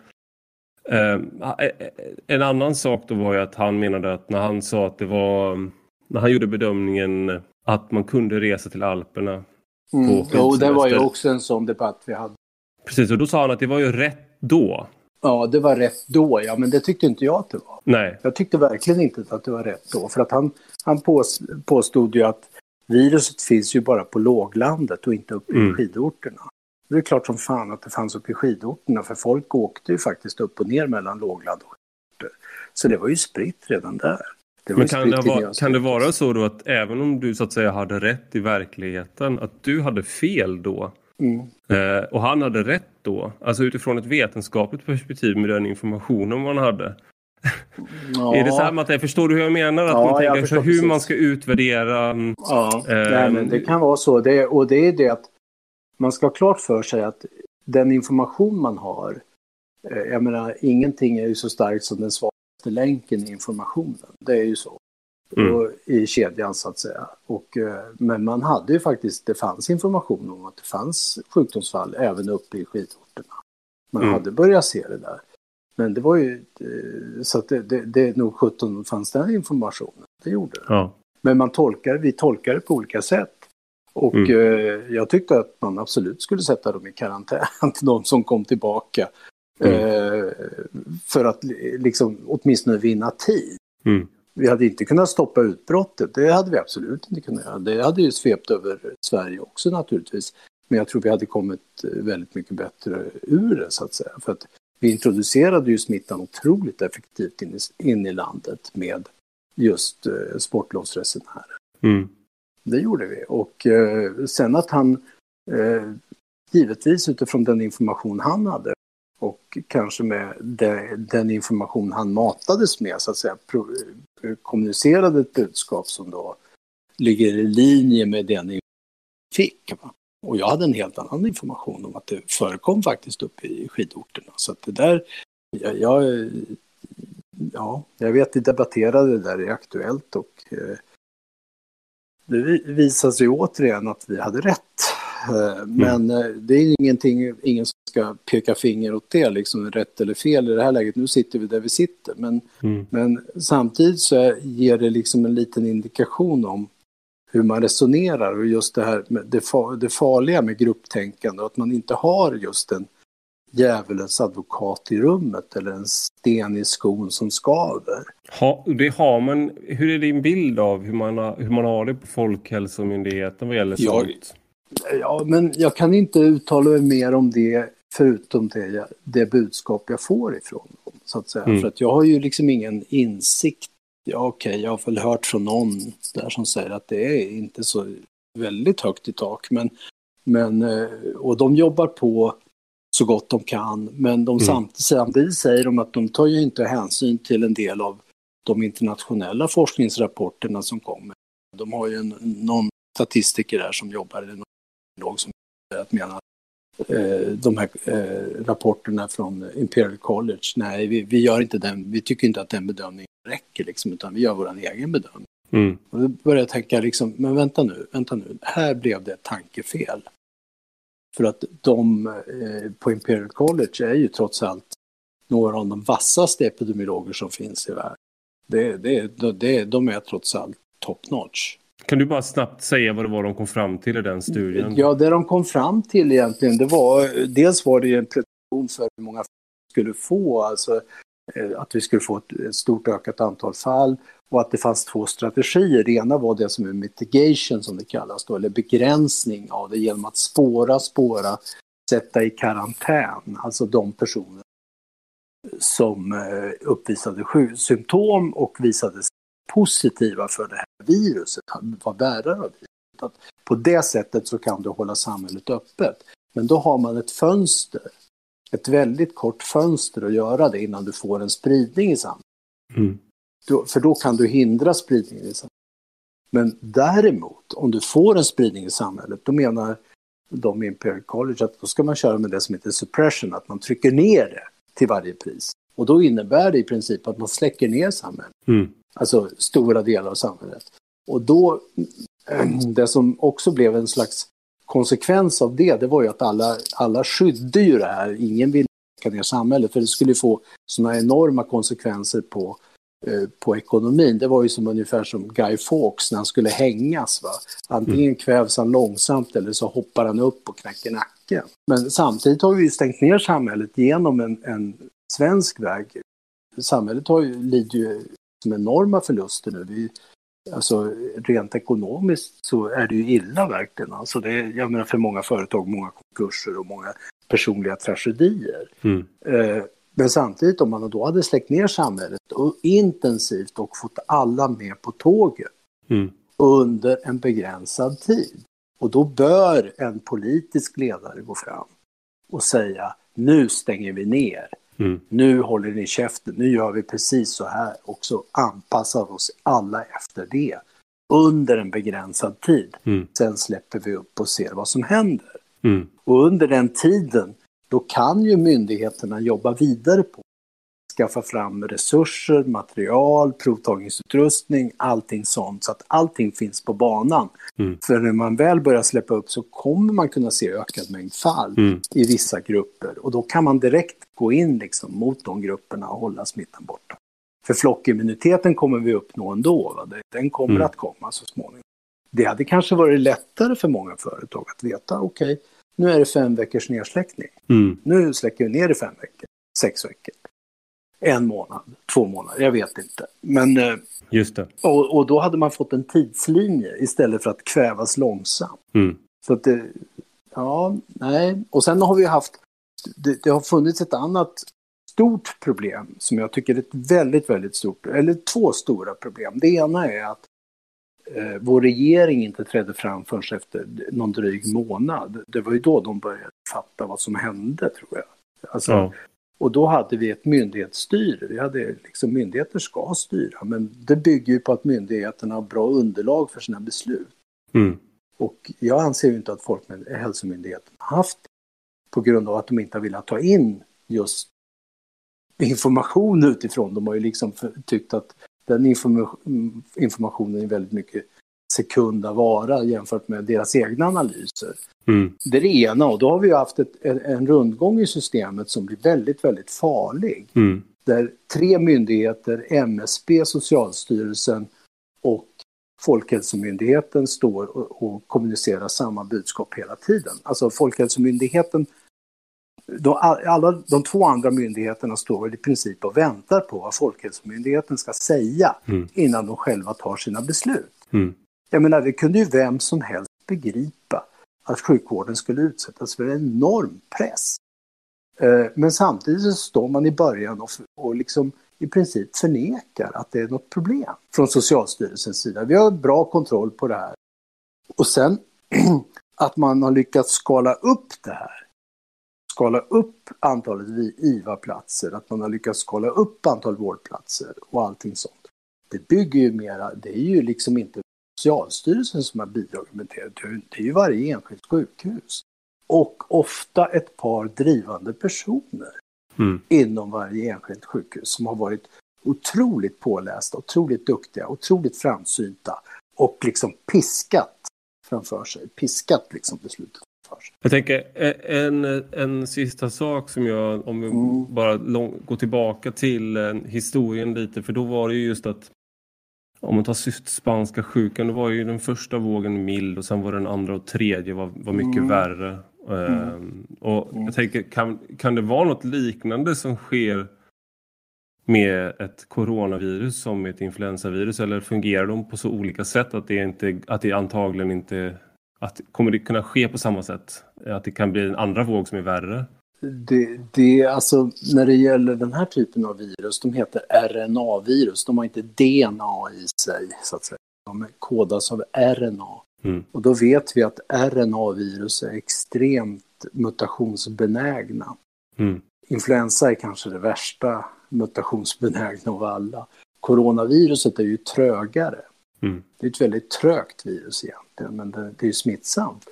en annan sak då var ju att han menade att när han sa att det var... När han gjorde bedömningen att man kunde resa till Alperna... Jo, det var ju också en sån debatt vi hade. Precis, och då sa han att det var ju rätt då. Ja, det var rätt då, ja, men det tyckte inte jag att det var. Nej. Jag tyckte verkligen inte att det var rätt då. För att han påstod ju att viruset finns ju bara på låglandet och inte uppe i skidorterna. Det är klart som fan att det fanns uppe i skidorterna, för folk åkte ju faktiskt upp och ner mellan lågland och skidorter. Så det var ju spritt redan där. Men kan det vara så då att även om du så att säga hade rätt i verkligheten, att du hade fel då och han hade rätt då, alltså utifrån ett vetenskapligt perspektiv med den informationen man hade, Är det samma att jag förstår du hur jag menar? Att man tänker så hur man ska utvärdera... Nej, men det kan vara så. Och det är det att man ska ha klart för sig att den information man har, jag menar, ingenting är ju så starkt som den svagaste länken i informationen. Det är ju så. Och, i kedjan så att säga. Men man hade ju faktiskt, det fanns information om att det fanns sjukdomsfall även uppe i skidorterna. Man hade börjat se det där. Men det var ju, så att det nog 17 fanns den informationen. Det gjorde det. Ja. Men vi tolkar det på olika sätt. Och jag tyckte att man absolut skulle sätta dem i karantän, de som kom tillbaka. För att liksom åtminstone vinna tid. Vi hade inte kunnat stoppa utbrottet, det hade vi absolut inte kunnat göra. Det hade ju svept över Sverige också naturligtvis. Men jag tror vi hade kommit väldigt mycket bättre ur det så att säga. För att vi introducerade ju smittan otroligt effektivt in i landet med just sportlovsresenärer. Det gjorde vi. Och sen att han givetvis utifrån den information han hade och kanske med den information han matades med så att säga kommunicerade ett budskap som då ligger i linje med den ni fick. Va? Och jag hade en helt annan information om att det förekom faktiskt uppe i skidorterna. Så att det där, jag vet vi debatterade det där i Aktuellt och det visar sig återigen att vi hade rätt. Men det är ingen som ska peka finger åt det, liksom rätt eller fel i det här läget. Nu sitter vi där vi sitter. Men samtidigt så ger det liksom en liten indikation om hur man resonerar och just det här med det farliga med grupptänkande och att man inte har just en djävulens advokat i rummet eller en sten i skon som skaver. Det har man. Hur är din bild av hur man har det på Folkhälsomyndigheten vad gäller sånt? Ja, men jag kan inte uttala mig mer om det förutom det budskap jag får ifrån dem, så att säga. För att jag har ju liksom ingen insikt. Ja, okej, jag har väl hört från någon där som säger att det är inte så väldigt högt i tak. Men och de jobbar på så gott de kan. Men samtidigt säger de att de tar ju inte hänsyn till en del av de internationella forskningsrapporterna som kommer. De har ju någon statistiker där som jobbar, eller någon som menar de här rapporterna från Imperial College. Nej, vi gör inte den. Vi tycker inte att den bedömningen räcker liksom, utan vi gör vår egen bedömning. Och då börjar jag tänka liksom, men vänta nu. Här blev det ett tankefel. För att de på Imperial College är ju trots allt några av de vassaste epidemiologer som finns i världen. De är trots allt top notch. Kan du bara snabbt säga vad det var de kom fram till i den studien? Ja, det de kom fram till egentligen, dels var det ju en presentation för hur många skulle få, alltså att vi skulle få ett stort ökat antal fall och att det fanns 2 strategier. Det ena var det som är mitigation som det kallas då, eller begränsning av det genom att spåra, sätta i karantän, alltså de personer som uppvisade symptom och visade sig positiva för det här viruset, var bärare av viruset. Att på det sättet så kan du hålla samhället öppet. Men då har man ett fönster, ett väldigt kort fönster att göra det innan du får en spridning i samhället. För då kan du hindra spridningen i samhället. Men däremot, om du får en spridning i samhället, då menar de i Imperial College att då ska man köra med det som heter suppression, att man trycker ner det till varje pris. Och då innebär det i princip att man släcker ner samhället. Alltså stora delar av samhället. Och då, det som också blev en slags konsekvens av det var ju att alla skydde ju det här. Ingen ville släcka ner samhället, för det skulle få såna enorma konsekvenser på ekonomin. Det var ju som ungefär som Guy Fawkes när han skulle hängas. Va? Antingen kvävs han långsamt eller så hoppar han upp och knäcker nacken. Men samtidigt har vi ju stängt ner samhället genom en svensk väg. Samhället lider ju som enorma förluster nu. Alltså rent ekonomiskt så är det ju illa verkligen. Alltså jag menar för många företag, många konkurser och många personliga tragedier. Men samtidigt om man då hade släckt ner samhället och intensivt och fått alla med på tåget under en begränsad tid. Och då bör en politisk ledare gå fram och säga, nu stänger vi ner. Nu håller ni käften, nu gör vi precis så här och så anpassar oss alla efter det under en begränsad tid. Sen släpper vi upp och ser vad som händer. Och under den tiden då kan ju myndigheterna jobba vidare på skaffa fram resurser, material, provtagningsutrustning, allting sånt så att allting finns på banan. För när man väl börjar släppa upp så kommer man kunna se ökad mängd fall i vissa grupper och då kan man direkt gå in liksom mot de grupperna och hålla smittan borta. För flockimmuniteten kommer vi uppnå ändå, va? Den kommer att komma så småningom. Det hade kanske varit lättare för många företag att veta, okej, nu är det 5 veckors nedsläckning. Nu släcker vi ner i 5 veckor, 6 veckor. 1 månad, 2 månader, jag vet inte. Men, just det. Och då hade man fått en tidslinje istället för att kvävas långsamt. Så att och sen har vi haft, det har funnits ett annat stort problem som jag tycker är ett väldigt, väldigt stort, eller 2 stora problem. Det ena är att vår regering inte trädde fram förrän efter någon dryg månad. Det var ju då de började fatta vad som hände, tror jag. Alltså, och då hade vi ett myndighetsstyre. Vi hade liksom, myndigheter ska styra, men det bygger ju på att myndigheterna har bra underlag för sina beslut. Och jag anser ju inte att Folkhälsomyndigheten har haft på grund av att de inte har velat ta in just information utifrån. De har ju liksom tyckt att den informationen är väldigt mycket sekunda vara jämfört med deras egna analyser. Det är det ena, och då har vi ju haft en rundgång i systemet som blir väldigt, väldigt farlig. Där 3 myndigheter, MSB, Socialstyrelsen och Folkhälsomyndigheten står och kommunicerar samma budskap hela tiden. Alltså Folkhälsomyndigheten, de 2 andra myndigheterna står i princip och väntar på vad Folkhälsomyndigheten ska säga innan de själva tar sina beslut. Jag menar, det kunde ju vem som helst begripa att sjukvården skulle utsättas för en enorm press. Men samtidigt så står man i början och liksom i princip förnekar att det är något problem från Socialstyrelsens sida. Vi har bra kontroll på det här. Och sen att man har lyckats skala upp det här. Skala upp antalet IVA-platser, att man har lyckats skala upp antal vårdplatser och allting sånt. Det bygger ju mera, det är ju liksom inte Socialstyrelsen som har bidragit med det. Det är ju varje enskilt sjukhus. Och ofta ett par drivande personer inom varje enskilt sjukhus som har varit otroligt pålästa, otroligt duktiga, otroligt framsynta och liksom piskat liksom beslutet framför sig. Jag tänker en sista sak som jag, om vi bara går tillbaka till historien lite, för då var det ju just att om man tar spanska sjukan, då var ju den första vågen mild och sen var den andra och tredje var mycket värre. Och jag tänker, kan det vara något liknande som sker med ett coronavirus som ett influensavirus, eller fungerar de på så olika sätt att det antagligen inte, att kommer det kunna ske på samma sätt, att det kan bli en andra våg som är värre? Det alltså, när det gäller den här typen av virus, de heter RNA-virus, de har inte DNA i sig så att säga, de kodas av RNA. Och då vet vi att RNA-virus är extremt mutationsbenägna. Influensa är kanske det värsta mutationsbenägna av alla. Coronaviruset är ju trögare. Det är ett väldigt trögt virus egentligen, men det är ju smittsamt.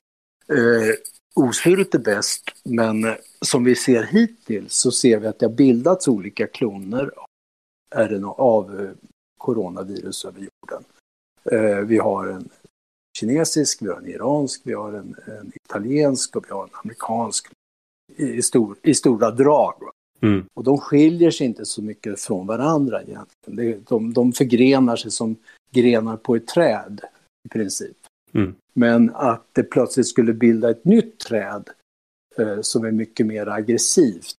Osvuret är bäst, men som vi ser hittills så ser vi att det har bildats olika kloner av coronavirus över jorden. Vi har en kinesisk, vi har en iransk, vi har en italiensk och vi har en amerikansk i stora drag. Och de skiljer sig inte så mycket från varandra egentligen. De förgrenar sig som grenar på ett träd i princip. Men att det plötsligt skulle bilda ett nytt träd som är mycket mer aggressivt.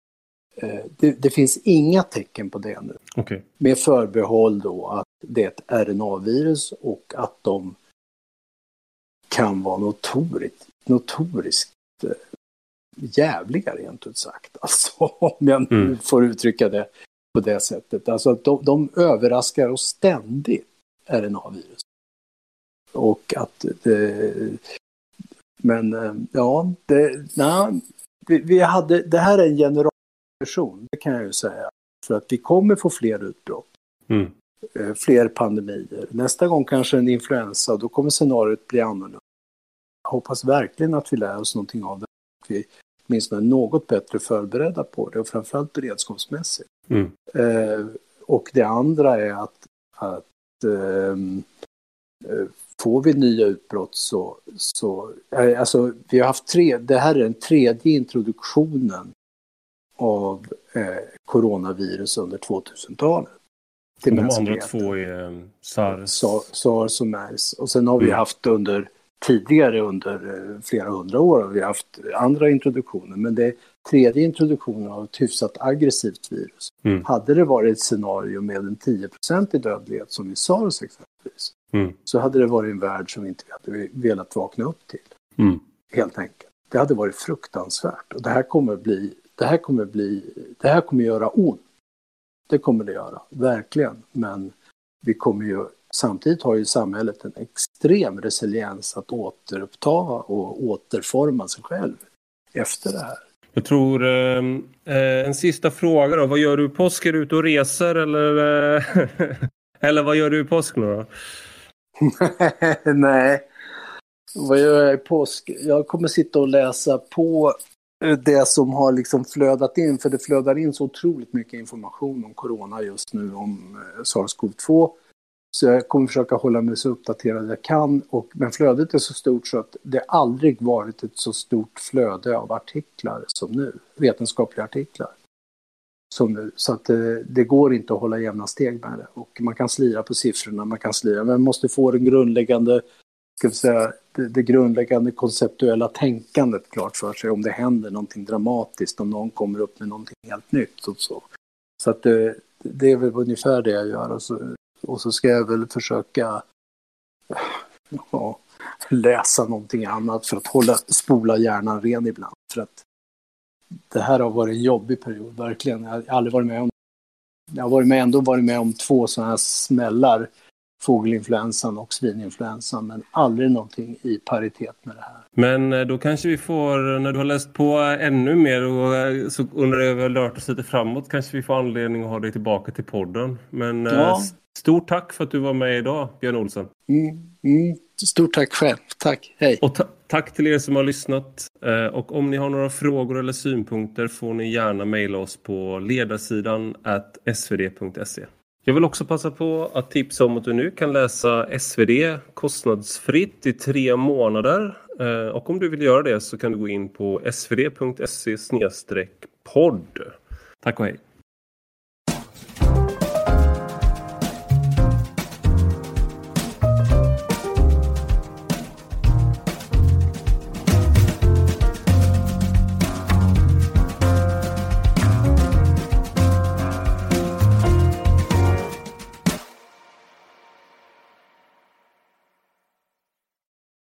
Det finns inga tecken på det nu. Okay. Med förbehåll då att det är ett RNA-virus och att de kan vara notoriskt jävliga rent ut sagt. Alltså, om jag nu får uttrycka det på det sättet. Alltså att de överraskar oss ständigt, RNA-virus. Och att vi hade, det här är en general person, det kan jag ju säga. För att vi kommer få fler utbrott. Mm. Fler pandemier. Nästa gång kanske en influensa, då kommer scenariot bli annorlunda. Jag hoppas verkligen att vi lär oss någonting av det. Att vi åtminstone är något bättre förberedda på det och framförallt beredskapsmässigt. Mm. Och det andra är att får vi nya utbrott så alltså vi har haft det här är den tredje introduktionen av coronavirus under 2000-talet. De andra två är SARS och MERS. Och sen har vi haft tidigare under flera hundra år har vi haft andra introduktioner. Men det är tredje introduktionen av ett hyfsat aggressivt virus. Hade det varit ett scenario med en 10% dödlighet som i SARS exempelvis. Så hade det varit en värld som vi inte hade velat vakna upp till. Helt enkelt. Det hade varit fruktansvärt. Och det här kommer göra ont. Det kommer det göra, verkligen. Men vi kommer ju, samtidigt har ju samhället en extrem resiliens att återuppta och återforma sig själv efter det här. Jag tror en sista fråga då. Vad gör du i påsk? Är du ute och reser eller vad gör du i påsk nu då? Nej, vad gör jag i påsk? Jag kommer sitta och läsa på det som har liksom flödat in, för det flödar in så otroligt mycket information om corona just nu, om SARS-CoV-2. Så jag kommer försöka hålla mig så uppdaterad jag kan. Men flödet är så stort så att det aldrig varit ett så stort flöde av artiklar som nu. Vetenskapliga artiklar som nu. Så att det går inte att hålla jämna steg med det. Och man kan slira på siffrorna, men man måste få den grundläggande, ska vi säga, det grundläggande konceptuella tänkandet klart för sig om det händer någonting dramatiskt, om någon kommer upp med någonting helt nytt och så. Så att det är väl ungefär det jag gör. Och så ska jag väl försöka läsa någonting annat för att spola hjärnan ren ibland. För att det här har varit en jobbig period, verkligen. Jag har aldrig varit med om. Jag har varit med om 2 sådana här smällar. Fågelinfluensan och svininfluensan, men aldrig någonting i paritet med det här. Men då kanske vi får, när du har läst på ännu mer och så under över lördag framåt, kanske vi får anledning att ha dig tillbaka till podden. Men stort tack för att du var med idag, Björn Olsen. Stort tack själv. Tack, hej. Och tack till er som har lyssnat. Och om ni har några frågor eller synpunkter får ni gärna mejla oss på ledarsidan @svd.se. Jag vill också passa på att tipsa om att du nu kan läsa SvD kostnadsfritt i 3 månader. Och om du vill göra det så kan du gå in på svd.se/podd. Tack och hej!